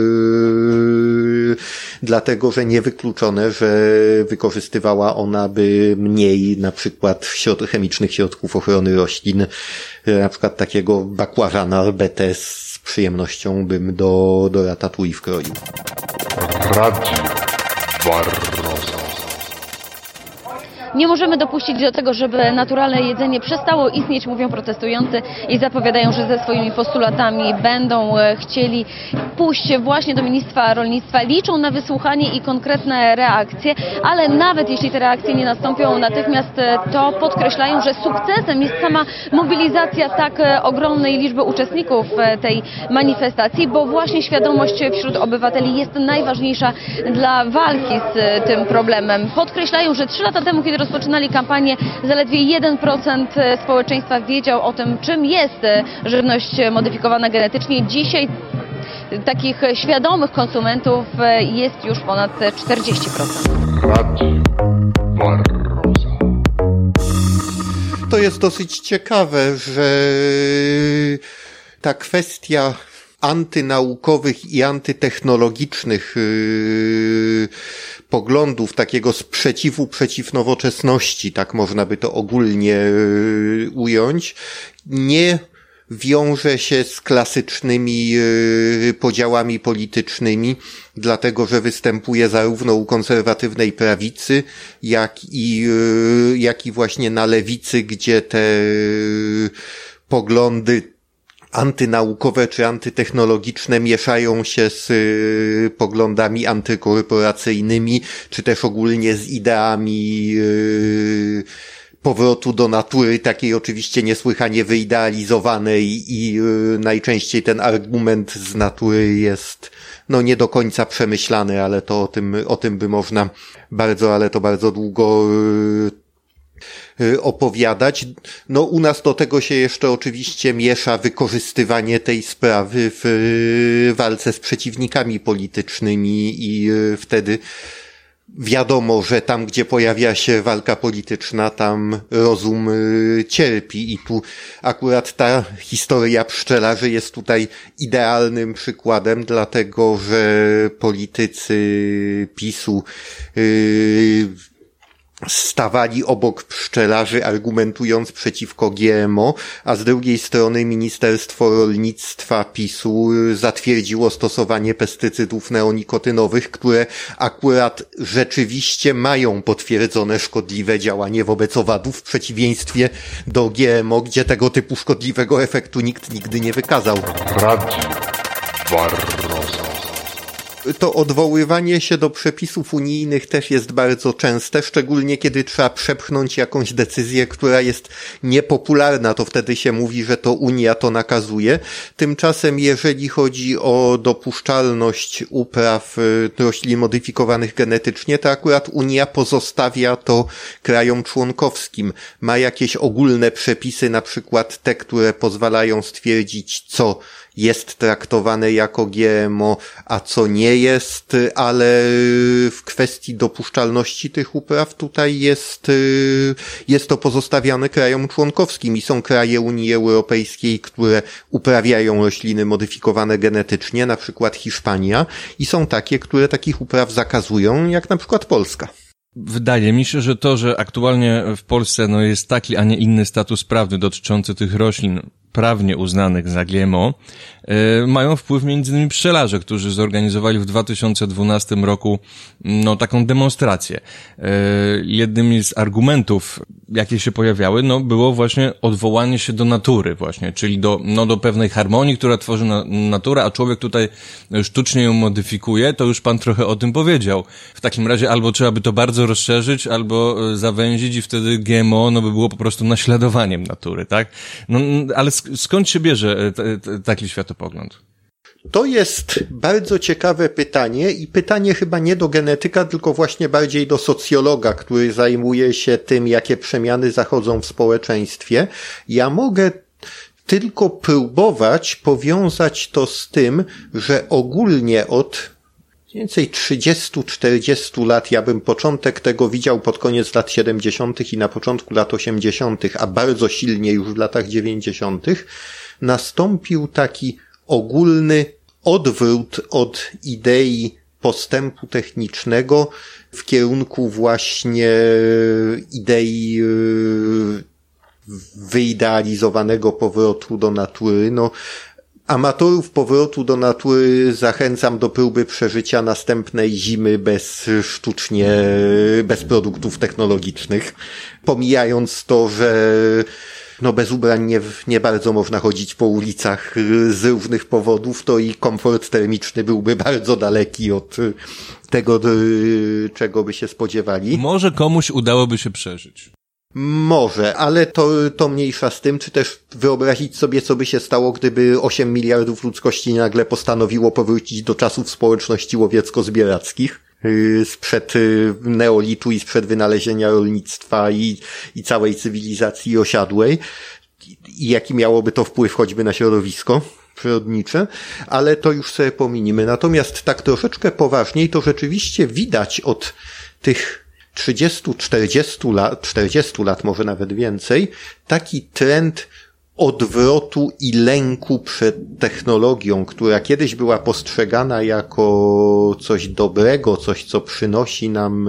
yy, dlatego, że niewykluczone, że wykorzystywała ona by mniej na przykład środ- chemicznych środków ochrony roślin, na przykład takiego bakłażana B T z przyjemnością bym do, do ratatouille wkroił. Radio Barroso. Nie możemy dopuścić do tego, żeby naturalne jedzenie przestało istnieć, mówią protestujący i zapowiadają, że ze swoimi postulatami będą chcieli pójść właśnie do Ministerstwa Rolnictwa. Liczą na wysłuchanie i konkretne reakcje, ale nawet jeśli te reakcje nie nastąpią natychmiast, to podkreślają, że sukcesem jest sama mobilizacja tak ogromnej liczby uczestników tej manifestacji, bo właśnie świadomość wśród obywateli jest najważniejsza dla walki z tym problemem. Podkreślają, że trzy lata temu, kiedy rozpoczynali kampanię, zaledwie jeden procent społeczeństwa wiedział o tym, czym jest żywność modyfikowana genetycznie. Dzisiaj takich świadomych konsumentów jest już ponad czterdzieści procent. Radio Barroso. To jest dosyć ciekawe, że ta kwestia antynaukowych i antytechnologicznych yy, poglądów, takiego sprzeciwu przeciw nowoczesności, tak można by to ogólnie yy, ująć, nie wiąże się z klasycznymi yy, podziałami politycznymi, dlatego że występuje zarówno u konserwatywnej prawicy, jak i, yy, jak i właśnie na lewicy, gdzie te yy, poglądy antynaukowe czy antytechnologiczne mieszają się z y, poglądami antykorporacyjnymi, czy też ogólnie z ideami y, powrotu do natury, takiej oczywiście niesłychanie wyidealizowanej i y, najczęściej ten argument z natury jest no nie do końca przemyślany, ale to o tym, o tym by można bardzo, ale to bardzo długo y, opowiadać. No u nas do tego się jeszcze oczywiście miesza wykorzystywanie tej sprawy w walce z przeciwnikami politycznymi i wtedy wiadomo, że tam, gdzie pojawia się walka polityczna, tam rozum cierpi i tu akurat ta historia pszczelarzy jest tutaj idealnym przykładem, dlatego że politycy PiSu yy, stawali obok pszczelarzy, argumentując przeciwko G M O, a z drugiej strony Ministerstwo Rolnictwa PiSu zatwierdziło stosowanie pestycydów neonikotynowych, które akurat rzeczywiście mają potwierdzone szkodliwe działanie wobec owadów, w przeciwieństwie do G M O, gdzie tego typu szkodliwego efektu nikt nigdy nie wykazał. Radio Barroso. To odwoływanie się do przepisów unijnych też jest bardzo częste, szczególnie kiedy trzeba przepchnąć jakąś decyzję, która jest niepopularna, to wtedy się mówi, że to Unia to nakazuje. Tymczasem jeżeli chodzi o dopuszczalność upraw roślin modyfikowanych genetycznie, to akurat Unia pozostawia to krajom członkowskim. Ma jakieś ogólne przepisy, na przykład te, które pozwalają stwierdzić, co jest traktowane jako G M O, a co nie jest, ale w kwestii dopuszczalności tych upraw tutaj jest, jest to pozostawiane krajom członkowskim i są kraje Unii Europejskiej, które uprawiają rośliny modyfikowane genetycznie, na przykład Hiszpania, i są takie, które takich upraw zakazują, jak na przykład Polska. Wydaje mi się, że to, że aktualnie w Polsce no, jest taki, a nie inny status prawny dotyczący tych roślin prawnie uznanych za G M O, yy, mają wpływ między innymi pszczelarze, którzy zorganizowali w dwa tysiące dwunastym roku no taką demonstrację. Yy, jednym z argumentów, jakie się pojawiały, no było właśnie odwołanie się do natury właśnie, czyli do, no do pewnej harmonii, która tworzy na, natura, a człowiek tutaj sztucznie ją modyfikuje, to już pan trochę o tym powiedział. W takim razie albo trzeba by to bardzo rozszerzyć, albo zawęzić i wtedy G M O no by było po prostu naśladowaniem natury, tak? No, ale skąd się bierze t- t- taki światopogląd? To jest bardzo ciekawe pytanie i pytanie chyba nie do genetyka, tylko właśnie bardziej do socjologa, który zajmuje się tym, jakie przemiany zachodzą w społeczeństwie. Ja mogę tylko próbować powiązać to z tym, że ogólnie od mniej więcej trzydziestu czterdziestu lat, ja bym początek tego widział pod koniec lat siedemdziesiątych i na początku lat osiemdziesiątych, a bardzo silnie już w latach dziewięćdziesiątych, nastąpił taki ogólny odwrót od idei postępu technicznego w kierunku właśnie idei wyidealizowanego powrotu do natury. No, amatorów powrotu do natury zachęcam do próby przeżycia następnej zimy bez sztucznie, bez produktów technologicznych, pomijając to, że no bez ubrań nie, nie bardzo można chodzić po ulicach z różnych powodów, to i komfort termiczny byłby bardzo daleki od tego, czego by się spodziewali. Może komuś udałoby się przeżyć. Może, ale to, to mniejsza z tym, czy też wyobrazić sobie, co by się stało, gdyby osiem miliardów ludzkości nagle postanowiło powrócić do czasów społeczności łowiecko-zbierackich, sprzed neolitu i sprzed wynalezienia rolnictwa i, i całej cywilizacji osiadłej, i jaki miałoby to wpływ choćby na środowisko przyrodnicze, ale to już sobie pominimy. Natomiast tak troszeczkę poważniej, to rzeczywiście widać od tych trzydziestu czterdziestu lat, czterdziestu lat, może nawet więcej, taki trend odwrotu i lęku przed technologią, która kiedyś była postrzegana jako coś dobrego, coś, co przynosi nam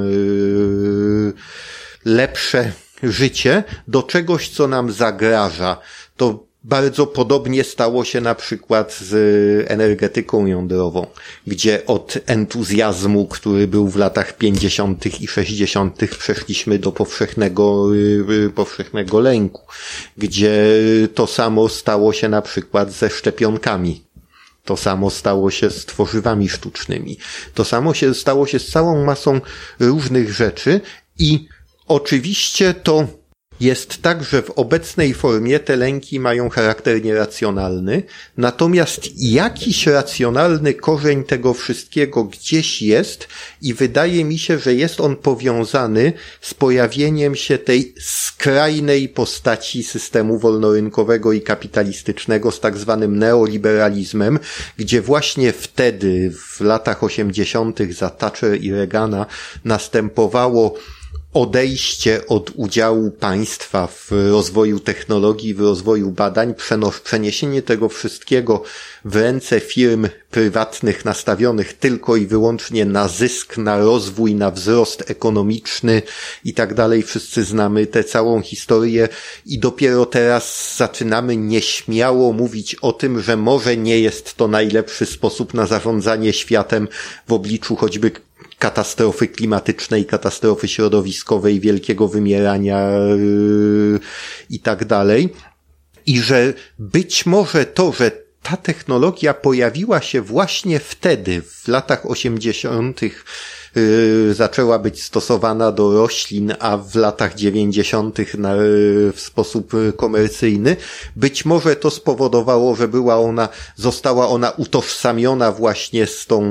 yy, lepsze życie, do czegoś, co nam zagraża. To Bardzo podobnie stało się na przykład z energetyką jądrową, gdzie od entuzjazmu, który był w latach pięćdziesiątych i sześćdziesiątych przeszliśmy do powszechnego, powszechnego lęku, gdzie to samo stało się na przykład ze szczepionkami. To samo stało się z tworzywami sztucznymi. To samo się stało się z całą masą różnych rzeczy i oczywiście to jest tak, że w obecnej formie te lęki mają charakter nieracjonalny, natomiast jakiś racjonalny korzeń tego wszystkiego gdzieś jest i wydaje mi się, że jest on powiązany z pojawieniem się tej skrajnej postaci systemu wolnorynkowego i kapitalistycznego z tak zwanym neoliberalizmem, gdzie właśnie wtedy, w latach osiemdziesiątych za Thatcher i Reagana następowało odejście od udziału państwa w rozwoju technologii, w rozwoju badań, przenos- przeniesienie tego wszystkiego w ręce firm prywatnych nastawionych tylko i wyłącznie na zysk, na rozwój, na wzrost ekonomiczny i tak dalej. Wszyscy znamy tę całą historię i dopiero teraz zaczynamy nieśmiało mówić o tym, że może nie jest to najlepszy sposób na zarządzanie światem w obliczu choćby katastrofy klimatycznej, katastrofy środowiskowej, wielkiego wymierania yy, i tak dalej. I że być może to, że ta technologia pojawiła się właśnie wtedy, w latach osiemdziesiątych yy, zaczęła być stosowana do roślin, a w latach dziewięćdziesiątych na, yy, w sposób komercyjny, być może to spowodowało, że była ona, została ona utożsamiona właśnie z tą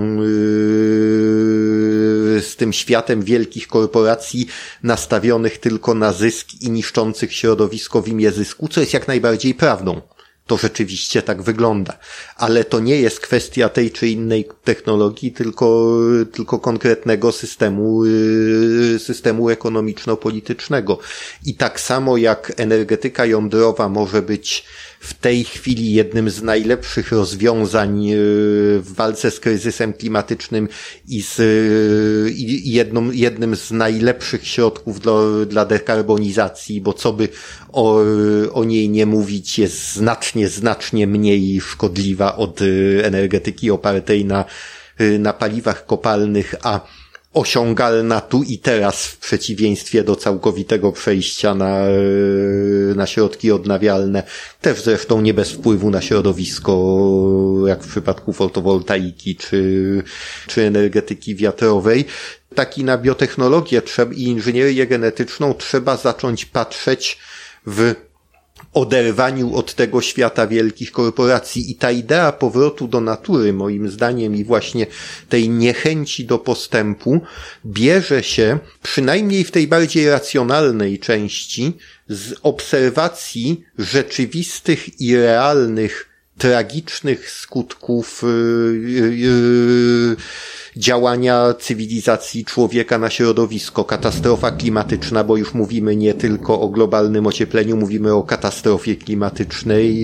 yy, z tym światem wielkich korporacji nastawionych tylko na zysk i niszczących środowisko w imię zysku, co jest jak najbardziej prawdą. To rzeczywiście tak wygląda. Ale to nie jest kwestia tej czy innej technologii, tylko, tylko konkretnego systemu, systemu ekonomiczno-politycznego. I tak samo jak energetyka jądrowa może być w tej chwili jednym z najlepszych rozwiązań w walce z kryzysem klimatycznym i z i jedną, jednym z najlepszych środków dla, dla dekarbonizacji, bo co by o, o niej nie mówić, jest znacznie, znacznie mniej szkodliwa od energetyki opartej na, na paliwach kopalnych, a osiągalna tu i teraz w przeciwieństwie do całkowitego przejścia na, na środki odnawialne, też zresztą nie bez wpływu na środowisko, jak w przypadku fotowoltaiki czy, czy energetyki wiatrowej. Tak i na biotechnologię i inżynierię genetyczną trzeba zacząć patrzeć w oderwaniu od tego świata wielkich korporacji i ta idea powrotu do natury, moim zdaniem, i właśnie tej niechęci do postępu bierze się, przynajmniej w tej bardziej racjonalnej części, z obserwacji rzeczywistych i realnych, tragicznych skutków yy, yy, działania cywilizacji człowieka na środowisko. Katastrofa klimatyczna, bo już mówimy nie tylko o globalnym ociepleniu, mówimy o katastrofie klimatycznej,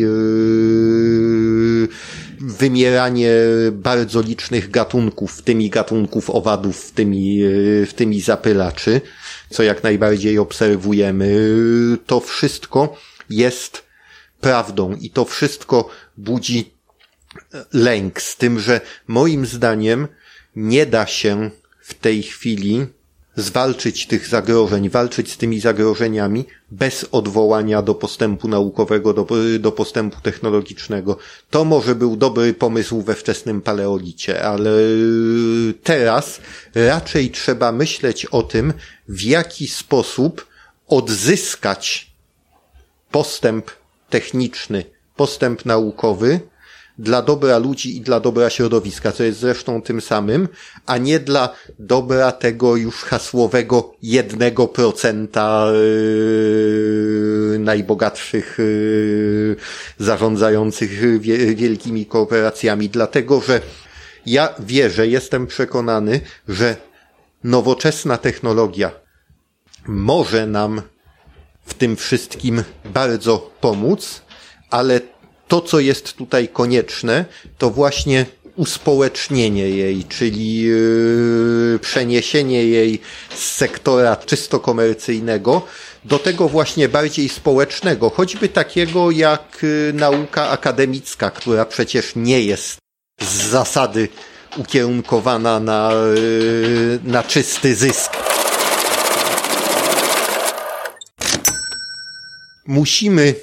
yy, wymieranie bardzo licznych gatunków, w tymi gatunków owadów, w tymi, yy, w tymi zapylaczy, co jak najbardziej obserwujemy. To wszystko jest prawdą i to wszystko budzi lęk, z tym, że moim zdaniem nie da się w tej chwili zwalczyć tych zagrożeń, walczyć z tymi zagrożeniami bez odwołania do postępu naukowego, do, do postępu technologicznego. To może był dobry pomysł we wczesnym paleolicie, ale teraz raczej trzeba myśleć o tym, w jaki sposób odzyskać postęp techniczny, postęp naukowy dla dobra ludzi i dla dobra środowiska, co jest zresztą tym samym, a nie dla dobra tego już hasłowego jednego procenta yy, najbogatszych yy, zarządzających wie, wielkimi korporacjami, dlatego że ja wierzę, jestem przekonany, że nowoczesna technologia może nam w tym wszystkim bardzo pomóc, ale to, co jest tutaj konieczne, to właśnie uspołecznienie jej, czyli yy, przeniesienie jej z sektora czysto komercyjnego do tego właśnie bardziej społecznego, choćby takiego jak yy, nauka akademicka, która przecież nie jest z zasady ukierunkowana na, yy, na czysty zysk. Musimy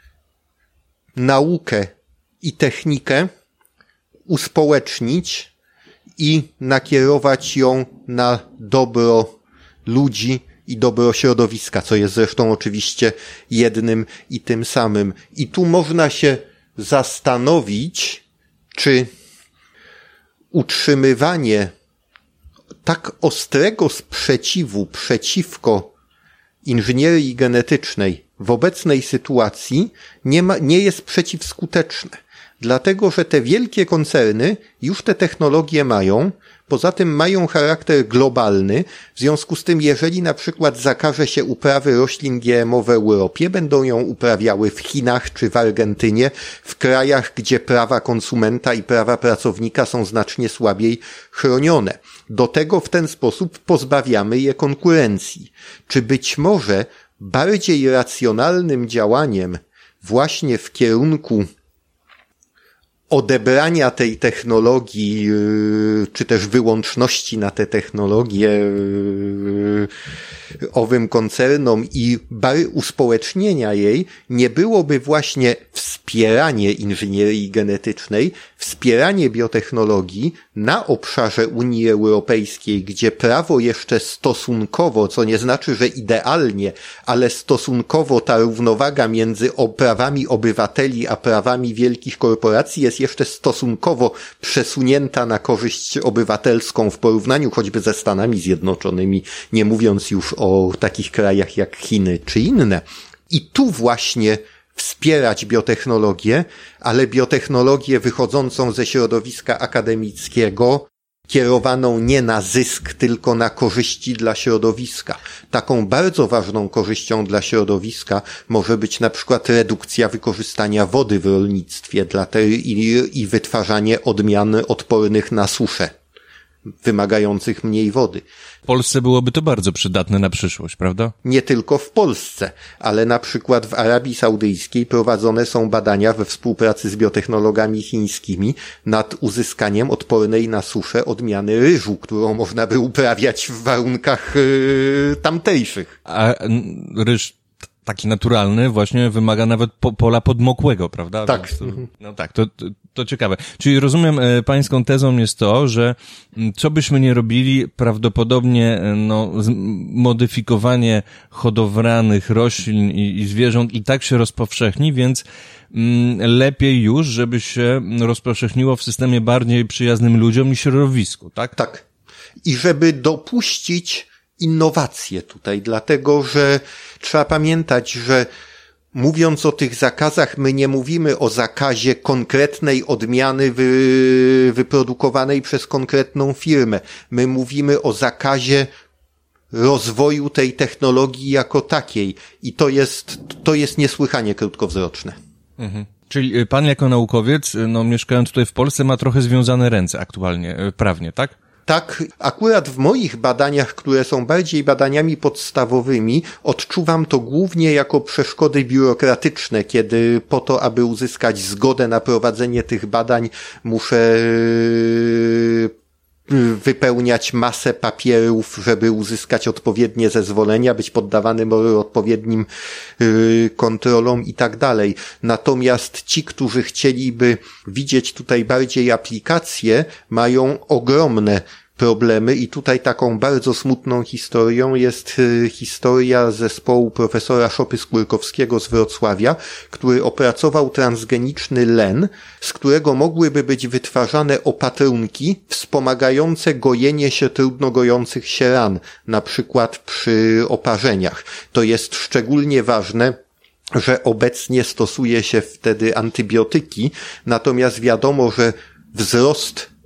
naukę i technikę uspołecznić i nakierować ją na dobro ludzi i dobro środowiska, co jest zresztą oczywiście jednym i tym samym. I tu można się zastanowić, czy utrzymywanie tak ostrego sprzeciwu przeciwko inżynierii genetycznej w obecnej sytuacji nie ma, nie jest przeciwskuteczne. Dlatego, że te wielkie koncerny już te technologie mają, poza tym mają charakter globalny, w związku z tym jeżeli na przykład zakaże się uprawy roślin G M O w Europie, będą ją uprawiały w Chinach czy w Argentynie, w krajach, gdzie prawa konsumenta i prawa pracownika są znacznie słabiej chronione. Do tego w ten sposób pozbawiamy je konkurencji. Czy być może bardziej racjonalnym działaniem właśnie w kierunku odebrania tej technologii, czy też wyłączności na te technologie owym koncernom i uspołecznienia jej nie byłoby właśnie wspieranie inżynierii genetycznej, wspieranie biotechnologii na obszarze Unii Europejskiej, gdzie prawo jeszcze stosunkowo, co nie znaczy, że idealnie, ale stosunkowo ta równowaga między prawami obywateli a prawami wielkich korporacji jest jeszcze stosunkowo przesunięta na korzyść obywatelską w porównaniu choćby ze Stanami Zjednoczonymi, nie mówiąc już o takich krajach jak Chiny czy inne. I tu właśnie wspierać biotechnologię, ale biotechnologię wychodzącą ze środowiska akademickiego, kierowaną nie na zysk, tylko na korzyści dla środowiska. Taką bardzo ważną korzyścią dla środowiska może być na przykład redukcja wykorzystania wody w rolnictwie dla tej, i, i wytwarzanie odmian odpornych na suszę, wymagających mniej wody. W Polsce byłoby to bardzo przydatne na przyszłość, prawda? Nie tylko w Polsce, ale na przykład w Arabii Saudyjskiej prowadzone są badania we współpracy z biotechnologami chińskimi nad uzyskaniem odpornej na suszę odmiany ryżu, którą można by uprawiać w warunkach yy, tamtejszych. A ryż taki naturalny właśnie wymaga nawet po, pola podmokłego, prawda? Tak. To, no tak, to, to, to ciekawe. Czyli rozumiem, e, pańską tezą jest to, że m, co byśmy nie robili, prawdopodobnie e, no, z, modyfikowanie hodowlanych roślin i, i zwierząt i tak się rozpowszechni, więc m, lepiej już, żeby się rozpowszechniło w systemie bardziej przyjaznym ludziom i środowisku, tak? Tak. I żeby dopuścić innowacje tutaj, dlatego że trzeba pamiętać, że mówiąc o tych zakazach, my nie mówimy o zakazie konkretnej odmiany wy, wyprodukowanej przez konkretną firmę. My mówimy o zakazie rozwoju tej technologii jako takiej i to jest, to jest niesłychanie krótkowzroczne. Mhm. Czyli pan jako naukowiec, no mieszkając tutaj w Polsce, ma trochę związane ręce aktualnie, prawnie, tak? Tak, akurat w moich badaniach, które są bardziej badaniami podstawowymi, odczuwam to głównie jako przeszkody biurokratyczne, kiedy po to, aby uzyskać zgodę na prowadzenie tych badań, muszę wypełniać masę papierów, żeby uzyskać odpowiednie zezwolenia, być poddawanym odpowiednim kontrolom i tak dalej. Natomiast ci, którzy chcieliby widzieć tutaj bardziej aplikacje, mają ogromne problemy i tutaj taką bardzo smutną historią jest historia zespołu profesora Szopy-Skórkowskiego z Wrocławia, który opracował transgeniczny len, z którego mogłyby być wytwarzane opatrunki wspomagające gojenie się trudno gojących się ran, na przykład przy oparzeniach. To jest szczególnie ważne, że obecnie stosuje się wtedy antybiotyki, natomiast wiadomo, że wzrost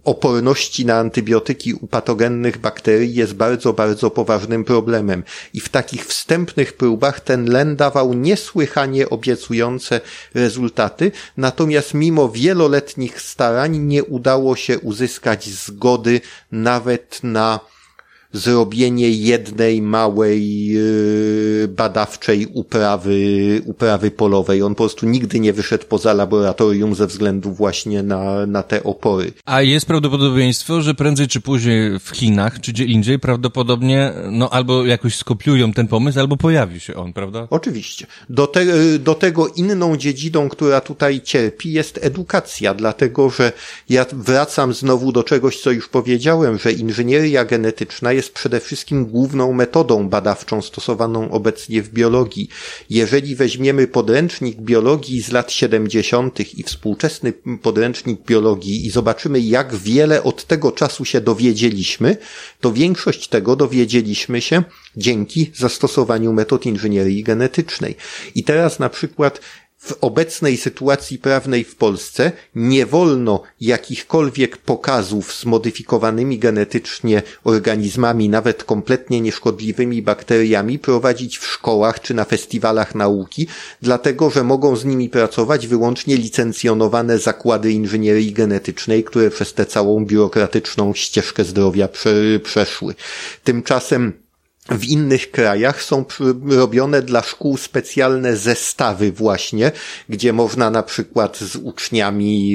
oporności na antybiotyki u patogennych bakterii jest bardzo, bardzo poważnym problemem. I w takich wstępnych próbach ten len dawał niesłychanie obiecujące rezultaty, natomiast mimo wieloletnich starań nie udało się uzyskać zgody nawet na zrobienie jednej małej yy, badawczej uprawy, uprawy polowej. On po prostu nigdy nie wyszedł poza laboratorium ze względu właśnie na, na te opory. A jest prawdopodobieństwo, że prędzej czy później w Chinach, czy gdzie indziej prawdopodobnie, no albo jakoś skopiują ten pomysł, albo pojawi się on, prawda? Oczywiście. Do, te, do tego inną dziedziną, która tutaj cierpi, jest edukacja, dlatego że ja wracam znowu do czegoś, co już powiedziałem, że inżynieria genetyczna jest przede wszystkim główną metodą badawczą stosowaną obecnie w biologii. Jeżeli weźmiemy podręcznik biologii z lat siedemdziesiątych i współczesny podręcznik biologii i zobaczymy, jak wiele od tego czasu się dowiedzieliśmy, to większość tego dowiedzieliśmy się dzięki zastosowaniu metod inżynierii genetycznej. I teraz na przykład w obecnej sytuacji prawnej w Polsce nie wolno jakichkolwiek pokazów z modyfikowanymi genetycznie organizmami, nawet kompletnie nieszkodliwymi bakteriami, prowadzić w szkołach czy na festiwalach nauki, dlatego że mogą z nimi pracować wyłącznie licencjonowane zakłady inżynierii genetycznej, które przez tę całą biurokratyczną ścieżkę zdrowia prze- przeszły. Tymczasem w innych krajach są robione dla szkół specjalne zestawy właśnie, gdzie można na przykład z uczniami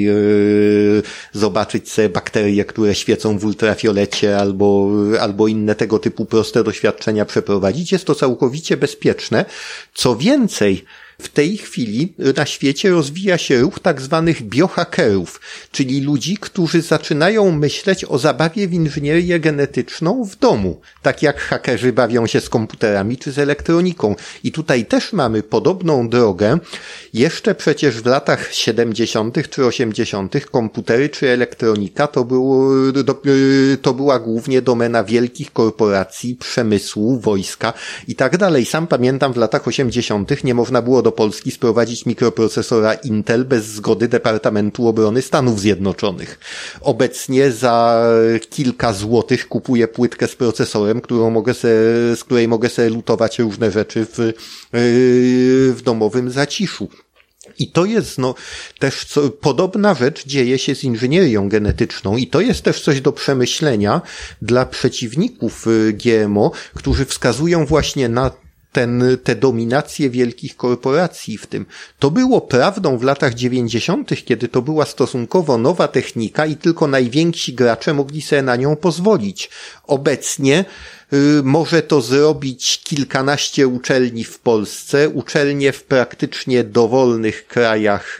yy, zobaczyć sobie bakterie, które świecą w ultrafiolecie albo, albo inne tego typu proste doświadczenia przeprowadzić. Jest to całkowicie bezpieczne. Co więcej, w tej chwili na świecie rozwija się ruch tak zwanych biohackerów, czyli ludzi, którzy zaczynają myśleć o zabawie w inżynierię genetyczną w domu, tak jak hakerzy bawią się z komputerami czy z elektroniką. I tutaj też mamy podobną drogę. Jeszcze przecież w latach siedemdziesiątych czy osiemdziesiątych komputery czy elektronika to, było, to była głównie domena wielkich korporacji, przemysłu, wojska i tak dalej. Sam pamiętam, w latach osiemdziesiątych nie można było do Polski sprowadzić mikroprocesora Intel bez zgody Departamentu Obrony Stanów Zjednoczonych. Obecnie za kilka złotych kupuję płytkę z procesorem, którą mogę se, z której mogę sobie lutować różne rzeczy w, w domowym zaciszu. I to jest no też co, podobna rzecz dzieje się z inżynierią genetyczną i to jest też coś do przemyślenia dla przeciwników G M O, którzy wskazują właśnie na ten, te dominacje wielkich korporacji w tym. To było prawdą w latach dziewięćdziesiątych, kiedy to była stosunkowo nowa technika i tylko najwięksi gracze mogli sobie na nią pozwolić. Obecnie y, może to zrobić kilkanaście uczelni w Polsce, uczelnie w praktycznie dowolnych krajach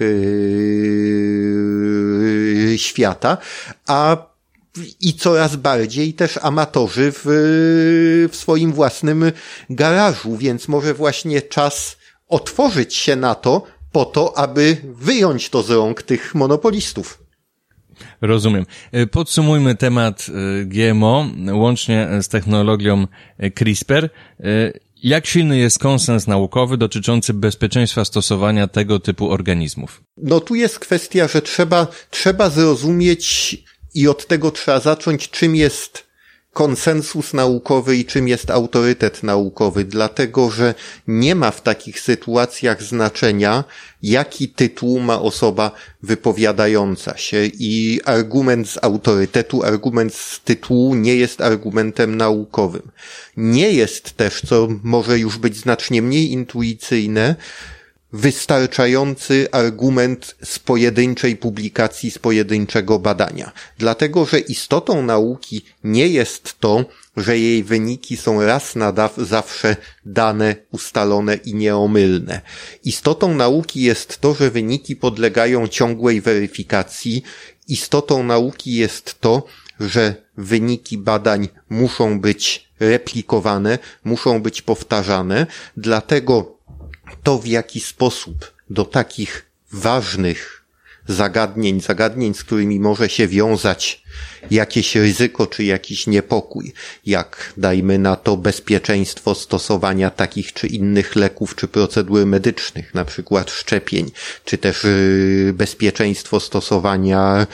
y, świata, a i coraz bardziej też amatorzy w, w swoim własnym garażu, więc może właśnie czas otworzyć się na to po to, aby wyjąć to z rąk tych monopolistów. Rozumiem. Podsumujmy temat G M O łącznie z technologią CRISPR. Jak silny jest konsens naukowy dotyczący bezpieczeństwa stosowania tego typu organizmów? No tu jest kwestia, że trzeba, trzeba zrozumieć i od tego trzeba zacząć, czym jest konsensus naukowy i czym jest autorytet naukowy, dlatego że nie ma w takich sytuacjach znaczenia, jaki tytuł ma osoba wypowiadająca się i argument z autorytetu, argument z tytułu nie jest argumentem naukowym. Nie jest też, co może już być znacznie mniej intuicyjne, wystarczający argument z pojedynczej publikacji, z pojedynczego badania. Dlatego, że istotą nauki nie jest to, że jej wyniki są raz na da- zawsze dane, ustalone i nieomylne. Istotą nauki jest to, że wyniki podlegają ciągłej weryfikacji. Istotą nauki jest to, że wyniki badań muszą być replikowane, muszą być powtarzane. Dlatego to, w jaki sposób do takich ważnych zagadnień, zagadnień, z którymi może się wiązać jakieś ryzyko czy jakiś niepokój, jak dajmy na to bezpieczeństwo stosowania takich czy innych leków czy procedur medycznych, na przykład szczepień, czy też yy, bezpieczeństwo stosowania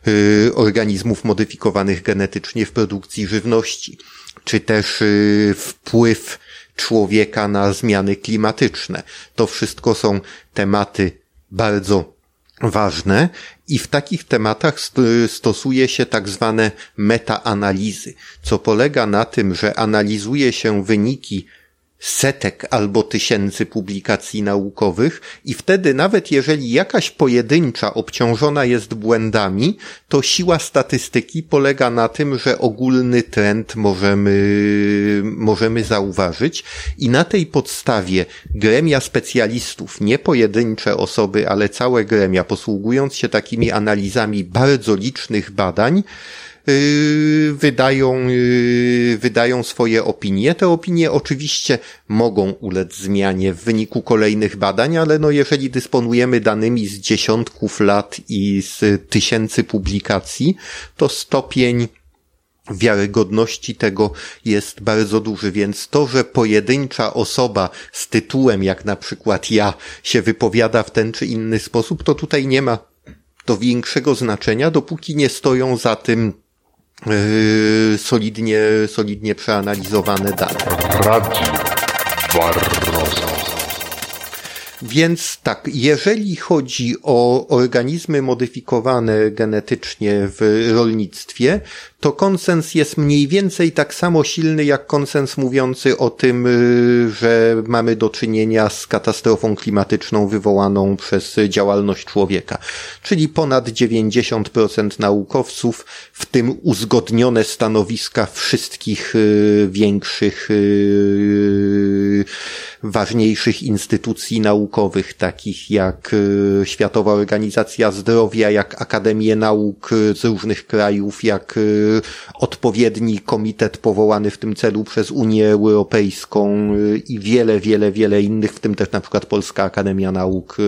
y, organizmów modyfikowanych genetycznie w produkcji żywności, czy też y, wpływ człowieka na zmiany klimatyczne. To wszystko są tematy bardzo ważne i w takich tematach stosuje się tak zwane metaanalizy, co polega na tym, że analizuje się wyniki setek albo tysięcy publikacji naukowych i wtedy nawet jeżeli jakaś pojedyncza obciążona jest błędami, to siła statystyki polega na tym, że ogólny trend możemy, możemy zauważyć i na tej podstawie gremia specjalistów, nie pojedyncze osoby, ale całe gremia, posługując się takimi analizami bardzo licznych badań, wydają, wydają swoje opinie. Te opinie oczywiście mogą ulec zmianie w wyniku kolejnych badań, ale no jeżeli dysponujemy danymi z dziesiątków lat i z tysięcy publikacji, to stopień wiarygodności tego jest bardzo duży, więc to, że pojedyncza osoba z tytułem, jak na przykład ja, się wypowiada w ten czy inny sposób, to tutaj nie ma to większego znaczenia, dopóki nie stoją za tym Yy, solidnie, solidnie przeanalizowane dane. Radio Barroso. Więc tak, jeżeli chodzi o organizmy modyfikowane genetycznie w rolnictwie, to konsens jest mniej więcej tak samo silny jak konsens mówiący o tym, że mamy do czynienia z katastrofą klimatyczną wywołaną przez działalność człowieka. Czyli ponad dziewięćdziesiąt procent naukowców, w tym uzgodnione stanowiska wszystkich większych, ważniejszych instytucji naukowych, takich jak Światowa Organizacja Zdrowia, jak Akademie Nauk z różnych krajów, jak odpowiedni komitet powołany w tym celu przez Unię Europejską i wiele, wiele, wiele innych, w tym też na przykład Polska Akademia Nauk.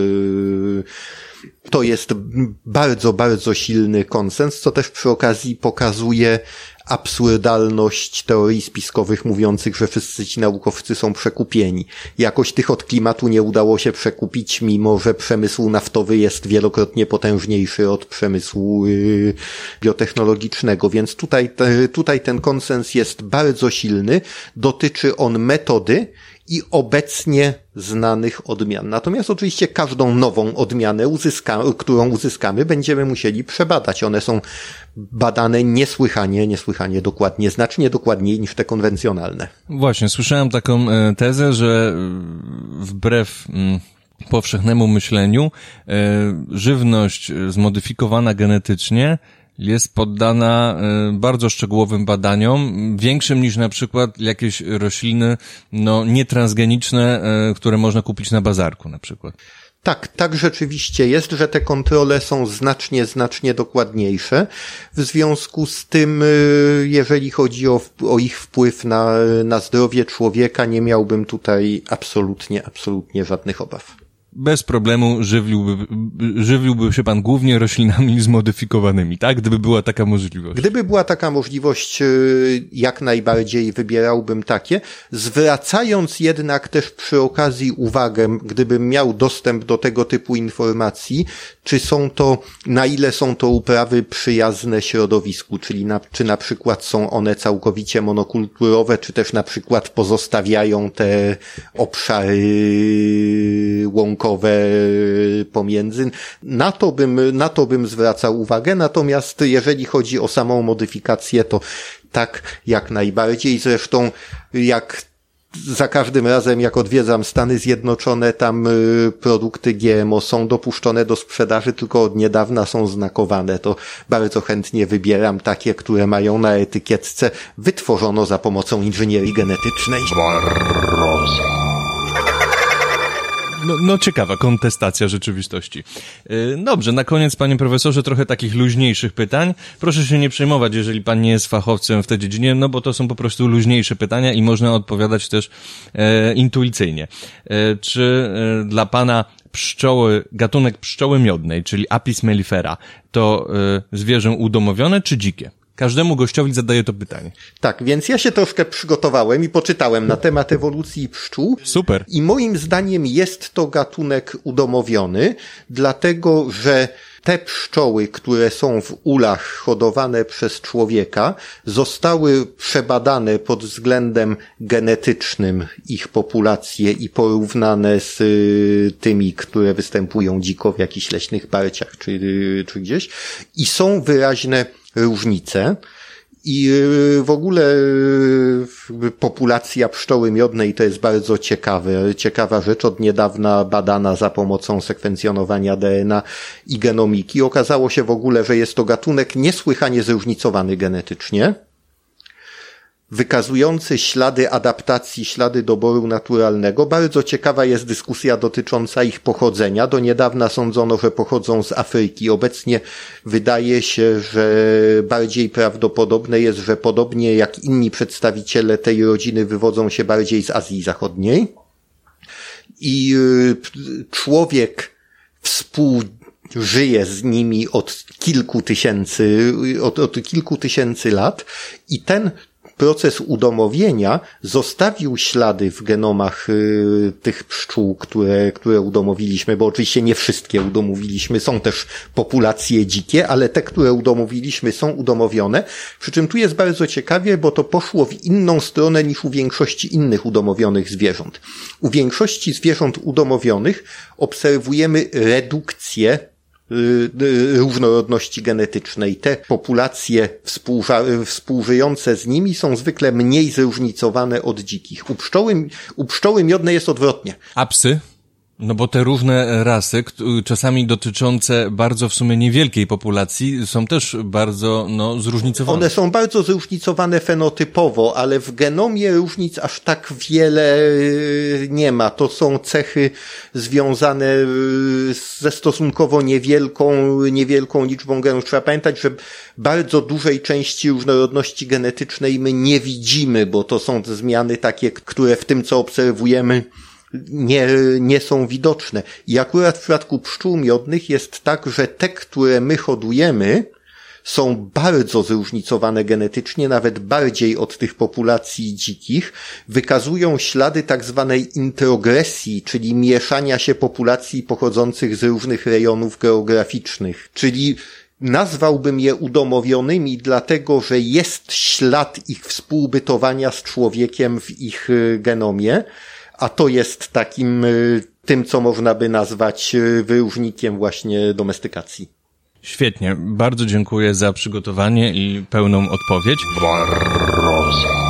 To jest bardzo, bardzo silny konsens, co też przy okazji pokazuje absurdalność teorii spiskowych mówiących, że wszyscy ci naukowcy są przekupieni. Jakoś tych od klimatu nie udało się przekupić, mimo że przemysł naftowy jest wielokrotnie potężniejszy od przemysłu yy, biotechnologicznego, więc tutaj, te, tutaj ten konsens jest bardzo silny. Dotyczy on metody i obecnie znanych odmian. Natomiast oczywiście każdą nową odmianę, uzyska, którą uzyskamy, będziemy musieli przebadać. One są badane niesłychanie, niesłychanie dokładnie, znacznie dokładniej niż te konwencjonalne. Właśnie, słyszałem taką tezę, że wbrew powszechnemu myśleniu żywność zmodyfikowana genetycznie jest poddana bardzo szczegółowym badaniom, większym niż na przykład jakieś rośliny, no, nietransgeniczne, które można kupić na bazarku na przykład. Tak, tak rzeczywiście jest, że te kontrole są znacznie, znacznie dokładniejsze. W związku z tym, jeżeli chodzi o, o ich wpływ na, na zdrowie człowieka, nie miałbym tutaj absolutnie, absolutnie żadnych obaw. Bez problemu żywiłby, żywiłby się pan głównie roślinami zmodyfikowanymi, tak? Gdyby była taka możliwość. Gdyby była taka możliwość, jak najbardziej wybierałbym takie, zwracając jednak też przy okazji uwagę, gdybym miał dostęp do tego typu informacji, czy są to, na ile są to uprawy przyjazne środowisku, czyli na, czy na przykład są one całkowicie monokulturowe, czy też na przykład pozostawiają te obszary łąkowe pomiędzy. Na to bym, na to bym zwracał uwagę, natomiast jeżeli chodzi o samą modyfikację, to tak, jak najbardziej. Zresztą jak za każdym razem, jak odwiedzam Stany Zjednoczone, tam y, produkty G M O są dopuszczone do sprzedaży, tylko od niedawna są znakowane. To bardzo chętnie wybieram takie, które mają na etykietce wytworzono za pomocą inżynierii genetycznej. Barroso. No, no ciekawa kontestacja rzeczywistości. Dobrze, na koniec, panie profesorze, trochę takich luźniejszych pytań. Proszę się nie przejmować, jeżeli pan nie jest fachowcem w tej dziedzinie, no bo to są po prostu luźniejsze pytania i można odpowiadać też e, intuicyjnie. E, czy e, dla pana pszczoły, gatunek pszczoły miodnej, czyli Apis mellifera, to e, zwierzę udomowione czy dzikie? Każdemu gościowi zadaję to pytanie. Tak, więc ja się troszkę przygotowałem i poczytałem na temat ewolucji pszczół. Super. I moim zdaniem jest to gatunek udomowiony, dlatego że te pszczoły, które są w ulach hodowane przez człowieka, zostały przebadane pod względem genetycznym, ich populacje, i porównane z tymi, które występują dziko w jakichś leśnych parciach czy, czy gdzieś, i są wyraźne różnice. I w ogóle populacja pszczoły miodnej to jest bardzo ciekawe, ciekawa rzecz, od niedawna badana za pomocą sekwencjonowania D N A i genomiki. Okazało się w ogóle, że jest to gatunek niesłychanie zróżnicowany genetycznie, wykazujący ślady adaptacji, ślady doboru naturalnego. Bardzo ciekawa jest dyskusja dotycząca ich pochodzenia. Do niedawna sądzono, że pochodzą z Afryki. Obecnie wydaje się, że bardziej prawdopodobne jest, że podobnie jak inni przedstawiciele tej rodziny wywodzą się bardziej z Azji Zachodniej. I człowiek współżyje z nimi od kilku tysięcy, od, od kilku tysięcy lat, i ten proces udomowienia zostawił ślady w genomach y, tych pszczół, które, które udomowiliśmy, bo oczywiście nie wszystkie udomowiliśmy, są też populacje dzikie, ale te, które udomowiliśmy, są udomowione. Przy czym tu jest bardzo ciekawie, bo to poszło w inną stronę niż u większości innych udomowionych zwierząt. U większości zwierząt udomowionych obserwujemy redukcję różnorodności genetycznej. Te populacje współża- współżyjące z nimi są zwykle mniej zróżnicowane od dzikich. U pszczoły, u pszczoły miodnej jest odwrotnie. A psy? No bo te różne rasy, czasami dotyczące bardzo w sumie niewielkiej populacji, są też bardzo, no, zróżnicowane. One są bardzo zróżnicowane fenotypowo, ale w genomie różnic aż tak wiele nie ma. To są cechy związane ze stosunkowo niewielką, niewielką liczbą genów. Trzeba pamiętać, że bardzo dużej części różnorodności genetycznej my nie widzimy, bo to są te zmiany takie, które w tym, co obserwujemy, nie, nie są widoczne. I akurat w przypadku pszczół miodnych jest tak, że te, które my hodujemy, są bardzo zróżnicowane genetycznie, nawet bardziej od tych populacji dzikich, wykazują ślady tak zwanej introgresji, czyli mieszania się populacji pochodzących z różnych rejonów geograficznych. Czyli nazwałbym je udomowionymi dlatego, że jest ślad ich współbytowania z człowiekiem w ich genomie, a to jest takim tym, co można by nazwać wyróżnikiem właśnie domestykacji. Świetnie. Bardzo dziękuję za przygotowanie i pełną odpowiedź. Barroza.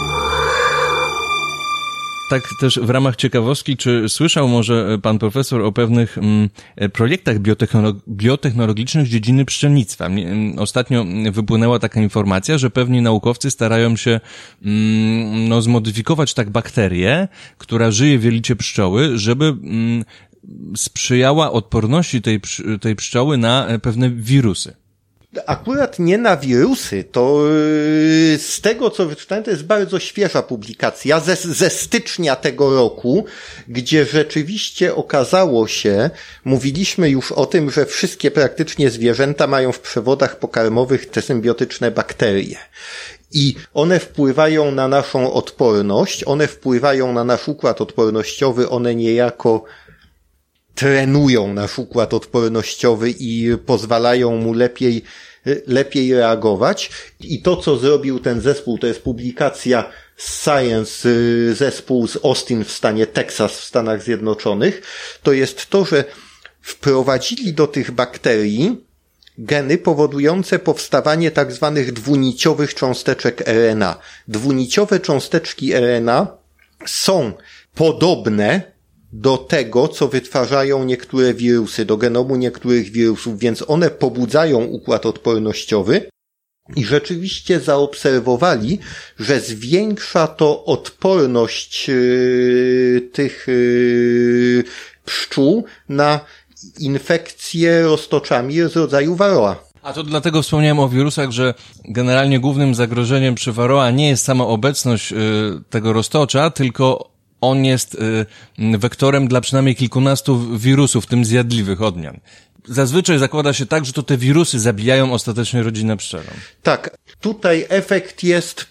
Tak też w ramach ciekawostki, czy słyszał może pan profesor o pewnych mm, projektach biotechnolo- biotechnologicznych z dziedziny pszczelnictwa? Ostatnio wypłynęła taka informacja, że pewni naukowcy starają się mm, no, zmodyfikować tak bakterię, która żyje w jelicie pszczoły, żeby mm, sprzyjała odporności tej, tej pszczoły na pewne wirusy. Akurat nie na wirusy, to z tego, co wyczytałem, to jest bardzo świeża publikacja ze, ze stycznia tego roku, gdzie rzeczywiście okazało się, mówiliśmy już o tym, że wszystkie praktycznie zwierzęta mają w przewodach pokarmowych te symbiotyczne bakterie. I one wpływają na naszą odporność, one wpływają na nasz układ odpornościowy, one niejako trenują nasz układ odpornościowy i pozwalają mu lepiej, lepiej reagować. I to, co zrobił ten zespół, to jest publikacja Science, zespół z Austin w stanie Teksas w Stanach Zjednoczonych, to jest to, że wprowadzili do tych bakterii geny powodujące powstawanie tak zwanych dwuniciowych cząsteczek R N A. Dwuniciowe cząsteczki R N A są podobne do tego, co wytwarzają niektóre wirusy, do genomu niektórych wirusów, więc one pobudzają układ odpornościowy i rzeczywiście zaobserwowali, że zwiększa to odporność yy, tych yy, pszczół na infekcje roztoczami z rodzaju Varroa. A to dlatego wspomniałem o wirusach, że generalnie głównym zagrożeniem przy Varroa nie jest sama obecność yy, tego roztocza, tylko on jest y, wektorem dla przynajmniej kilkunastu wirusów, w tym zjadliwych odmian. Zazwyczaj zakłada się tak, że to te wirusy zabijają ostatecznie rodzinę pszczelą. Tak, tutaj efekt jest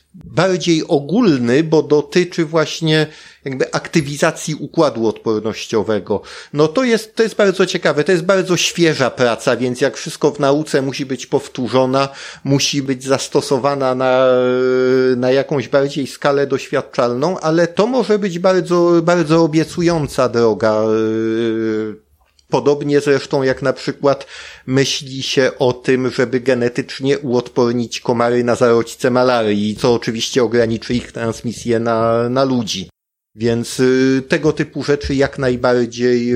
bardziej ogólny, bo dotyczy właśnie jakby aktywizacji układu odpornościowego. No to jest, to jest bardzo ciekawe, to jest bardzo świeża praca, więc jak wszystko w nauce musi być powtórzona, musi być zastosowana na, na jakąś bardziej skalę doświadczalną, ale to może być bardzo, bardzo obiecująca droga. Podobnie zresztą jak na przykład myśli się o tym, żeby genetycznie uodpornić komary na zarodźce malarii, co oczywiście ograniczy ich transmisję na, na ludzi. Więc y, tego typu rzeczy jak najbardziej y,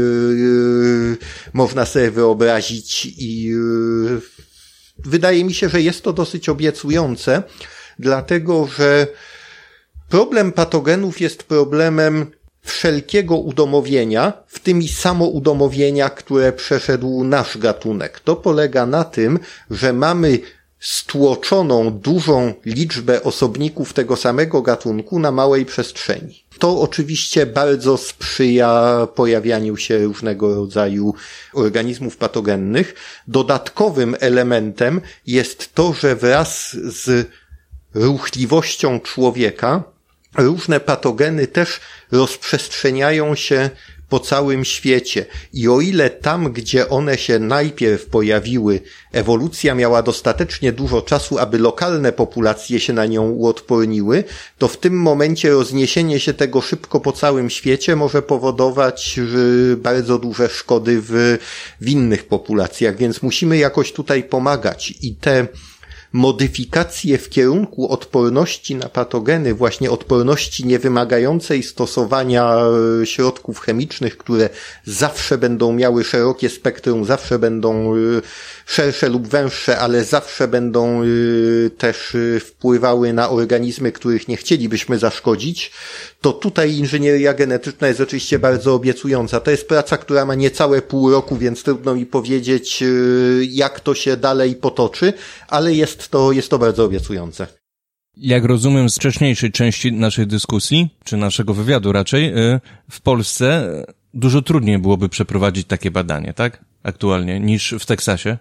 y, można sobie wyobrazić i y, wydaje mi się, że jest to dosyć obiecujące, dlatego że problem patogenów jest problemem wszelkiego udomowienia, w tym i samoudomowienia, które przeszedł nasz gatunek. To polega na tym, że mamy stłoczoną dużą liczbę osobników tego samego gatunku na małej przestrzeni. To oczywiście bardzo sprzyja pojawianiu się różnego rodzaju organizmów patogennych. Dodatkowym elementem jest to, że wraz z ruchliwością człowieka różne patogeny też rozprzestrzeniają się po całym świecie i o ile tam, gdzie one się najpierw pojawiły, ewolucja miała dostatecznie dużo czasu, aby lokalne populacje się na nią uodporniły, to w tym momencie rozniesienie się tego szybko po całym świecie może powodować bardzo duże szkody w, w innych populacjach, więc musimy jakoś tutaj pomagać i te modyfikacje w kierunku odporności na patogeny, właśnie odporności niewymagającej stosowania środków chemicznych, które zawsze będą miały szerokie spektrum, zawsze będą szersze lub węższe, ale zawsze będą też wpływały na organizmy, których nie chcielibyśmy zaszkodzić, to tutaj inżynieria genetyczna jest oczywiście bardzo obiecująca. To jest praca, która ma niecałe pół roku, więc trudno mi powiedzieć, jak to się dalej potoczy, ale jest to, jest to bardzo obiecujące. Jak rozumiem z wcześniejszej części naszej dyskusji, czy naszego wywiadu raczej, w Polsce dużo trudniej byłoby przeprowadzić takie badanie, tak? Aktualnie, niż w Teksasie?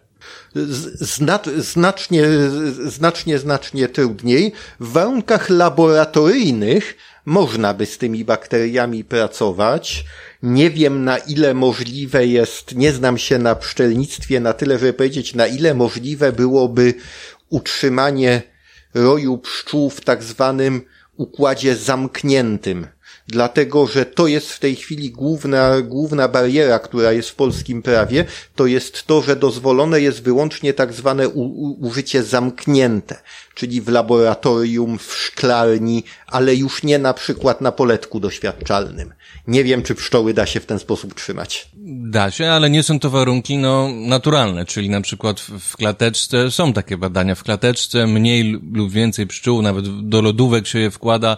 Zna, znacznie, znacznie, znacznie trudniej. W warunkach laboratoryjnych można by z tymi bakteriami pracować. Nie wiem, na ile możliwe jest, nie znam się na pszczelnictwie na tyle, żeby powiedzieć, na ile możliwe byłoby utrzymanie roju pszczół w tak zwanym układzie zamkniętym. Dlatego, że to jest w tej chwili główna, główna bariera, która jest w polskim prawie, to jest to, że dozwolone jest wyłącznie tak zwane u, u, użycie zamknięte, czyli w laboratorium, w szklarni, ale już nie na przykład na poletku doświadczalnym. Nie wiem, czy pszczoły da się w ten sposób trzymać. Da się, ale nie są to warunki, no, naturalne, czyli na przykład w, w klateczce są takie badania, w klateczce mniej lub więcej pszczół, nawet do lodówek się je wkłada.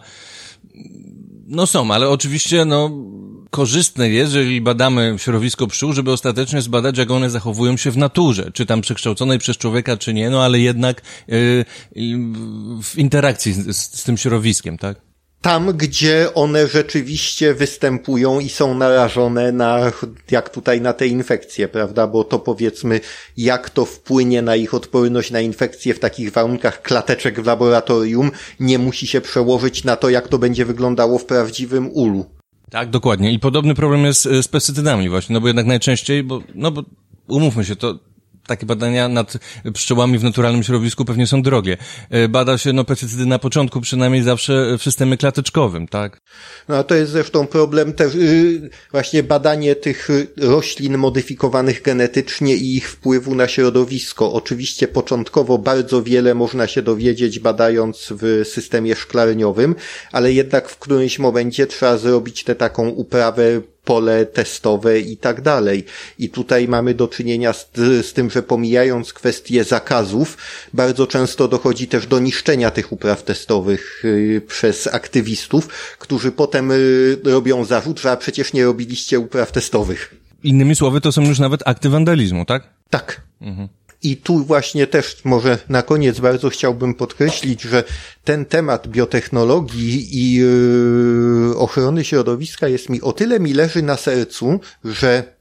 No są, ale oczywiście, no, korzystne jest, jeżeli badamy środowisko pszczół, żeby ostatecznie zbadać, jak one zachowują się w naturze, czy tam przekształconej przez człowieka, czy nie, no ale jednak yy, yy, w interakcji z, z, z tym środowiskiem, tak? Tam, gdzie one rzeczywiście występują i są narażone na, jak tutaj na te infekcje, prawda, bo to powiedzmy, jak to wpłynie na ich odporność na infekcje w takich warunkach klateczek w laboratorium, nie musi się przełożyć na to, jak to będzie wyglądało w prawdziwym ulu. Tak, dokładnie. I podobny problem jest z pestycydami właśnie, no bo jednak najczęściej, bo, no bo umówmy się, to takie badania nad pszczołami w naturalnym środowisku pewnie są drogie. Bada się, no, pestycydy na początku przynajmniej zawsze w systemie klateczkowym, tak? No, a to jest zresztą problem też, yy, właśnie badanie tych roślin modyfikowanych genetycznie i ich wpływu na środowisko. Oczywiście początkowo bardzo wiele można się dowiedzieć badając w systemie szklarniowym, ale jednak w którymś momencie trzeba zrobić tę taką uprawę, pole testowe i tak dalej. I tutaj mamy do czynienia z, z tym, że pomijając kwestie zakazów, bardzo często dochodzi też do niszczenia tych upraw testowych y, przez aktywistów, którzy potem y, robią zarzut, że a przecież nie robiliście upraw testowych. Innymi słowy, to są już nawet akty wandalizmu, tak? Tak. Mhm. I tu właśnie też może na koniec bardzo chciałbym podkreślić, że ten temat biotechnologii i yy, ochrony środowiska jest mi o tyle mi leży na sercu, że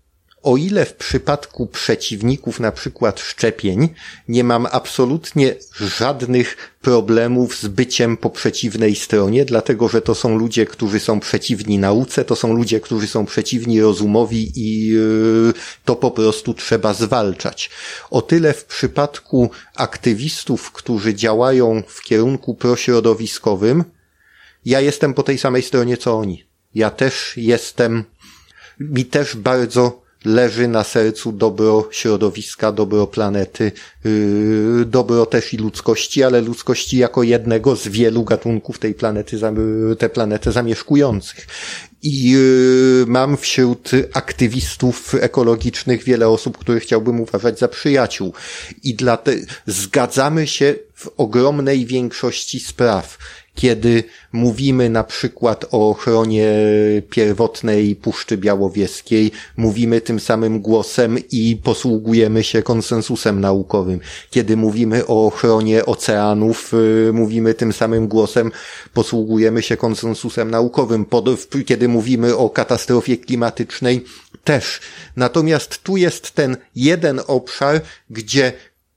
o ile w przypadku przeciwników na przykład szczepień nie mam absolutnie żadnych problemów z byciem po przeciwnej stronie, dlatego że to są ludzie, którzy są przeciwni nauce, to są ludzie, którzy są przeciwni rozumowi i yy, to po prostu trzeba zwalczać. O tyle w przypadku aktywistów, którzy działają w kierunku prośrodowiskowym, ja jestem po tej samej stronie co oni. Ja też jestem, mi też bardzo leży na sercu dobro środowiska, dobro planety, yy, dobro też i ludzkości, ale ludzkości jako jednego z wielu gatunków tej planety, tę planetę zamieszkujących. I yy, mam wśród aktywistów ekologicznych wiele osób, które chciałbym uważać za przyjaciół. I dlatego zgadzamy się w ogromnej większości spraw. Kiedy mówimy na przykład o ochronie pierwotnej Puszczy Białowieskiej, mówimy tym samym głosem i posługujemy się konsensusem naukowym. Kiedy mówimy o ochronie oceanów, mówimy tym samym głosem, posługujemy się konsensusem naukowym. Kiedy mówimy o katastrofie klimatycznej, też. Natomiast tu jest ten jeden obszar, gdzie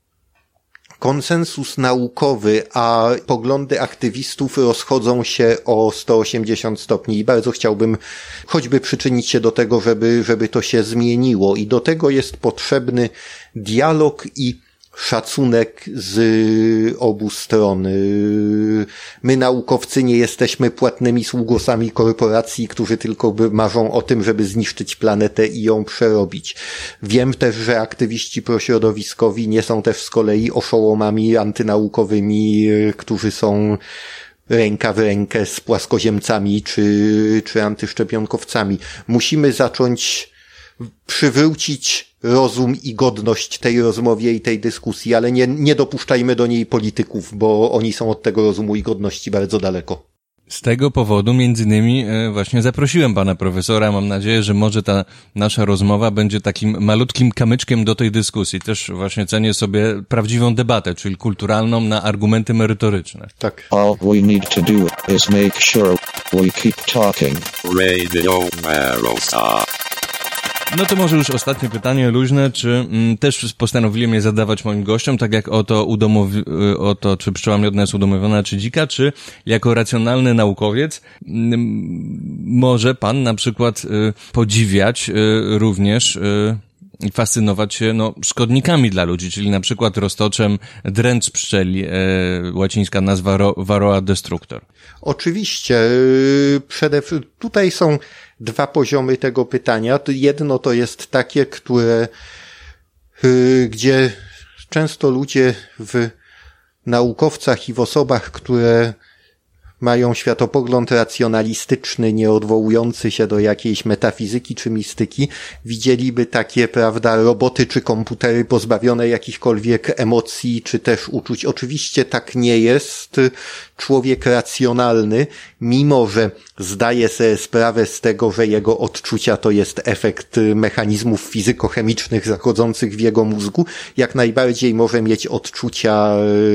konsensus naukowy, a poglądy aktywistów rozchodzą się o sto osiemdziesiąt stopni i bardzo chciałbym choćby przyczynić się do tego, żeby, żeby to się zmieniło i do tego jest potrzebny dialog i szacunek z obu stron. My naukowcy nie jesteśmy płatnymi sługosami korporacji, którzy tylko marzą o tym, żeby zniszczyć planetę i ją przerobić. Wiem też, że aktywiści prośrodowiskowi nie są też z kolei oszołomami antynaukowymi, którzy są ręka w rękę z płaskoziemcami czy, czy antyszczepionkowcami. Musimy zacząć przywrócić rozum i godność tej rozmowie i tej dyskusji, ale nie, nie dopuszczajmy do niej polityków, bo oni są od tego rozumu i godności bardzo daleko. Z tego powodu między innymi właśnie zaprosiłem pana profesora. Mam nadzieję, że może ta nasza rozmowa będzie takim malutkim kamyczkiem do tej dyskusji. Też właśnie cenię sobie prawdziwą debatę, czyli kulturalną na argumenty merytoryczne. Tak. All we need to do is make sure we keep talking. Radio Merosa. No to może już ostatnie pytanie luźne, czy m, też postanowiłem je zadawać moim gościom, tak jak o to, udomowi- o to czy pszczoła miodna jest udomowiona, czy dzika, czy jako racjonalny naukowiec m, może pan na przykład y, podziwiać y, również y, i fascynować się no, szkodnikami dla ludzi, czyli na przykład roztoczem dręcz pszczeli, e, łacińska nazwa ro, Varroa destructor. Oczywiście. Przede wszystkim tutaj są dwa poziomy tego pytania. Jedno to jest takie, które, gdzie często ludzie w naukowcach i w osobach, które mają światopogląd racjonalistyczny, nie odwołujący się do jakiejś metafizyki czy mistyki, widzieliby takie, prawda, roboty czy komputery pozbawione jakichkolwiek emocji czy też uczuć. Oczywiście tak nie jest. Człowiek racjonalny, mimo że zdaje sobie sprawę z tego, że jego odczucia to jest efekt mechanizmów fizykochemicznych zachodzących w jego mózgu, jak najbardziej może mieć odczucia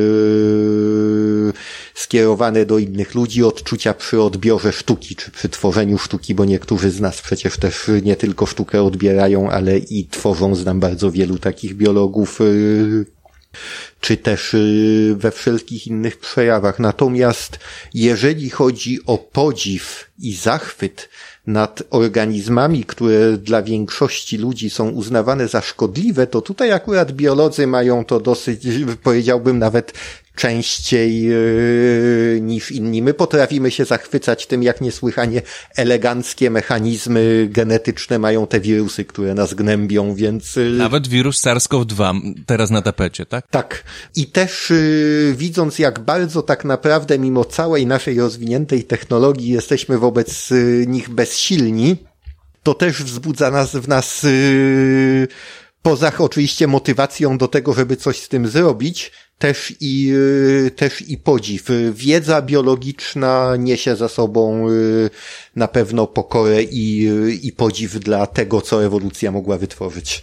yy, skierowane do innych ludzi, odczucia przy odbiorze sztuki, czy przy tworzeniu sztuki, bo niektórzy z nas przecież też nie tylko sztukę odbierają, ale i tworzą. Znam bardzo wielu takich biologów, yy, czy też we wszelkich innych przejawach. Natomiast jeżeli chodzi o podziw i zachwyt nad organizmami, które dla większości ludzi są uznawane za szkodliwe, to tutaj akurat biolodzy mają to dosyć, powiedziałbym nawet częściej yy, niż inni. My potrafimy się zachwycać tym, jak niesłychanie eleganckie mechanizmy genetyczne mają te wirusy, które nas gnębią, więc... Yy, Nawet wirus SARS-CoV dwa teraz na tapecie, tak? Tak. I też yy, widząc, jak bardzo tak naprawdę mimo całej naszej rozwiniętej technologii jesteśmy wobec yy, nich bezsilni, to też wzbudza nas w nas yy, poza oczywiście motywacją do tego, żeby coś z tym zrobić, też i, yy, też i podziw. Wiedza biologiczna niesie za sobą yy, na pewno pokorę i, yy, i podziw dla tego, co ewolucja mogła wytworzyć.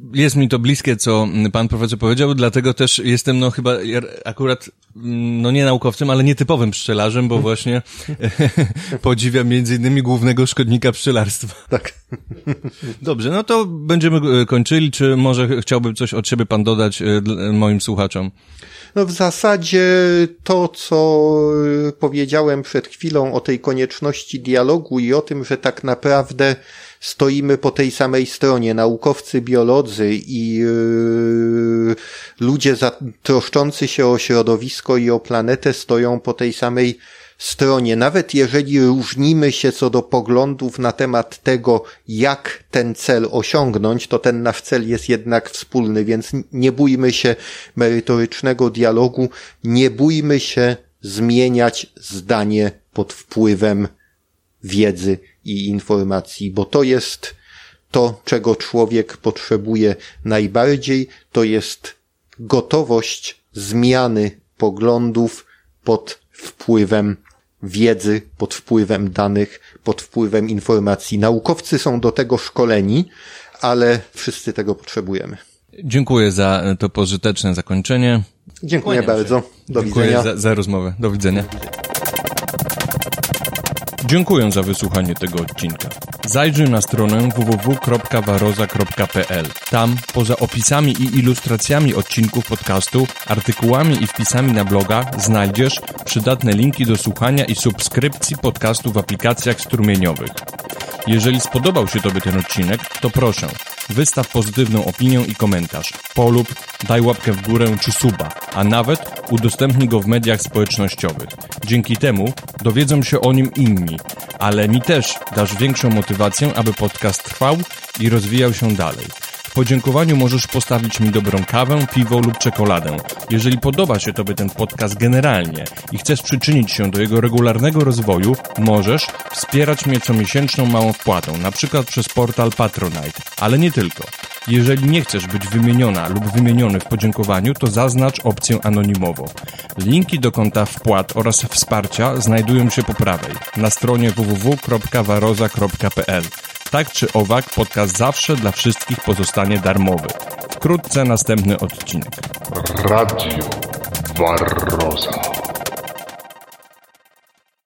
jest mi to bliskie, co pan profesor powiedział, dlatego też jestem no chyba akurat no nie naukowcem, ale nietypowym pszczelarzem, bo właśnie podziwiam między innymi głównego szkodnika pszczelarstwa. Tak. Dobrze, no to będziemy kończyli. Czy może chciałby coś od siebie pan dodać moim słuchaczom? No w zasadzie to, co powiedziałem przed chwilą o tej konieczności dialogu i o tym, że tak naprawdę stoimy po tej samej stronie, naukowcy, biolodzy i yy, ludzie za, troszczący się o środowisko i o planetę stoją po tej samej stronie. Nawet jeżeli różnimy się co do poglądów na temat tego, jak ten cel osiągnąć, to ten nasz cel jest jednak wspólny, więc nie bójmy się merytorycznego dialogu, nie bójmy się zmieniać zdanie pod wpływem wiedzy i informacji, bo to jest to, czego człowiek potrzebuje najbardziej, to jest gotowość zmiany poglądów pod wpływem wiedzy, pod wpływem danych, pod wpływem informacji. Naukowcy są do tego szkoleni, ale wszyscy tego potrzebujemy. Dziękuję za to pożyteczne zakończenie. Dziękuję Kłaniam bardzo. się. Do Dziękuję widzenia. za, za rozmowę. Do widzenia. Dziękuję za wysłuchanie tego odcinka. Zajrzyj na stronę w w w kropka waroza kropka p l. Tam, poza opisami i ilustracjami odcinków podcastu, artykułami i wpisami na bloga, znajdziesz przydatne linki do słuchania i subskrypcji podcastu w aplikacjach strumieniowych. Jeżeli spodobał się Tobie ten odcinek, to proszę, wystaw pozytywną opinię i komentarz, polub, daj łapkę w górę czy suba, a nawet udostępnij go w mediach społecznościowych. Dzięki temu dowiedzą się o nim inni, ale mi też dasz większą motywację, aby podcast trwał i rozwijał się dalej. W podziękowaniu możesz postawić mi dobrą kawę, piwo lub czekoladę. Jeżeli podoba się Tobie ten podcast generalnie i chcesz przyczynić się do jego regularnego rozwoju, możesz wspierać mnie comiesięczną małą wpłatą, na przykład przez portal Patronite, ale nie tylko. Jeżeli nie chcesz być wymieniona lub wymieniony w podziękowaniu, to zaznacz opcję anonimowo. Linki do konta wpłat oraz wsparcia znajdują się po prawej, na stronie w w w kropka waroza kropka p l. Tak czy owak, podcast zawsze dla wszystkich pozostanie darmowy. Wkrótce następny odcinek. Radio Barroza.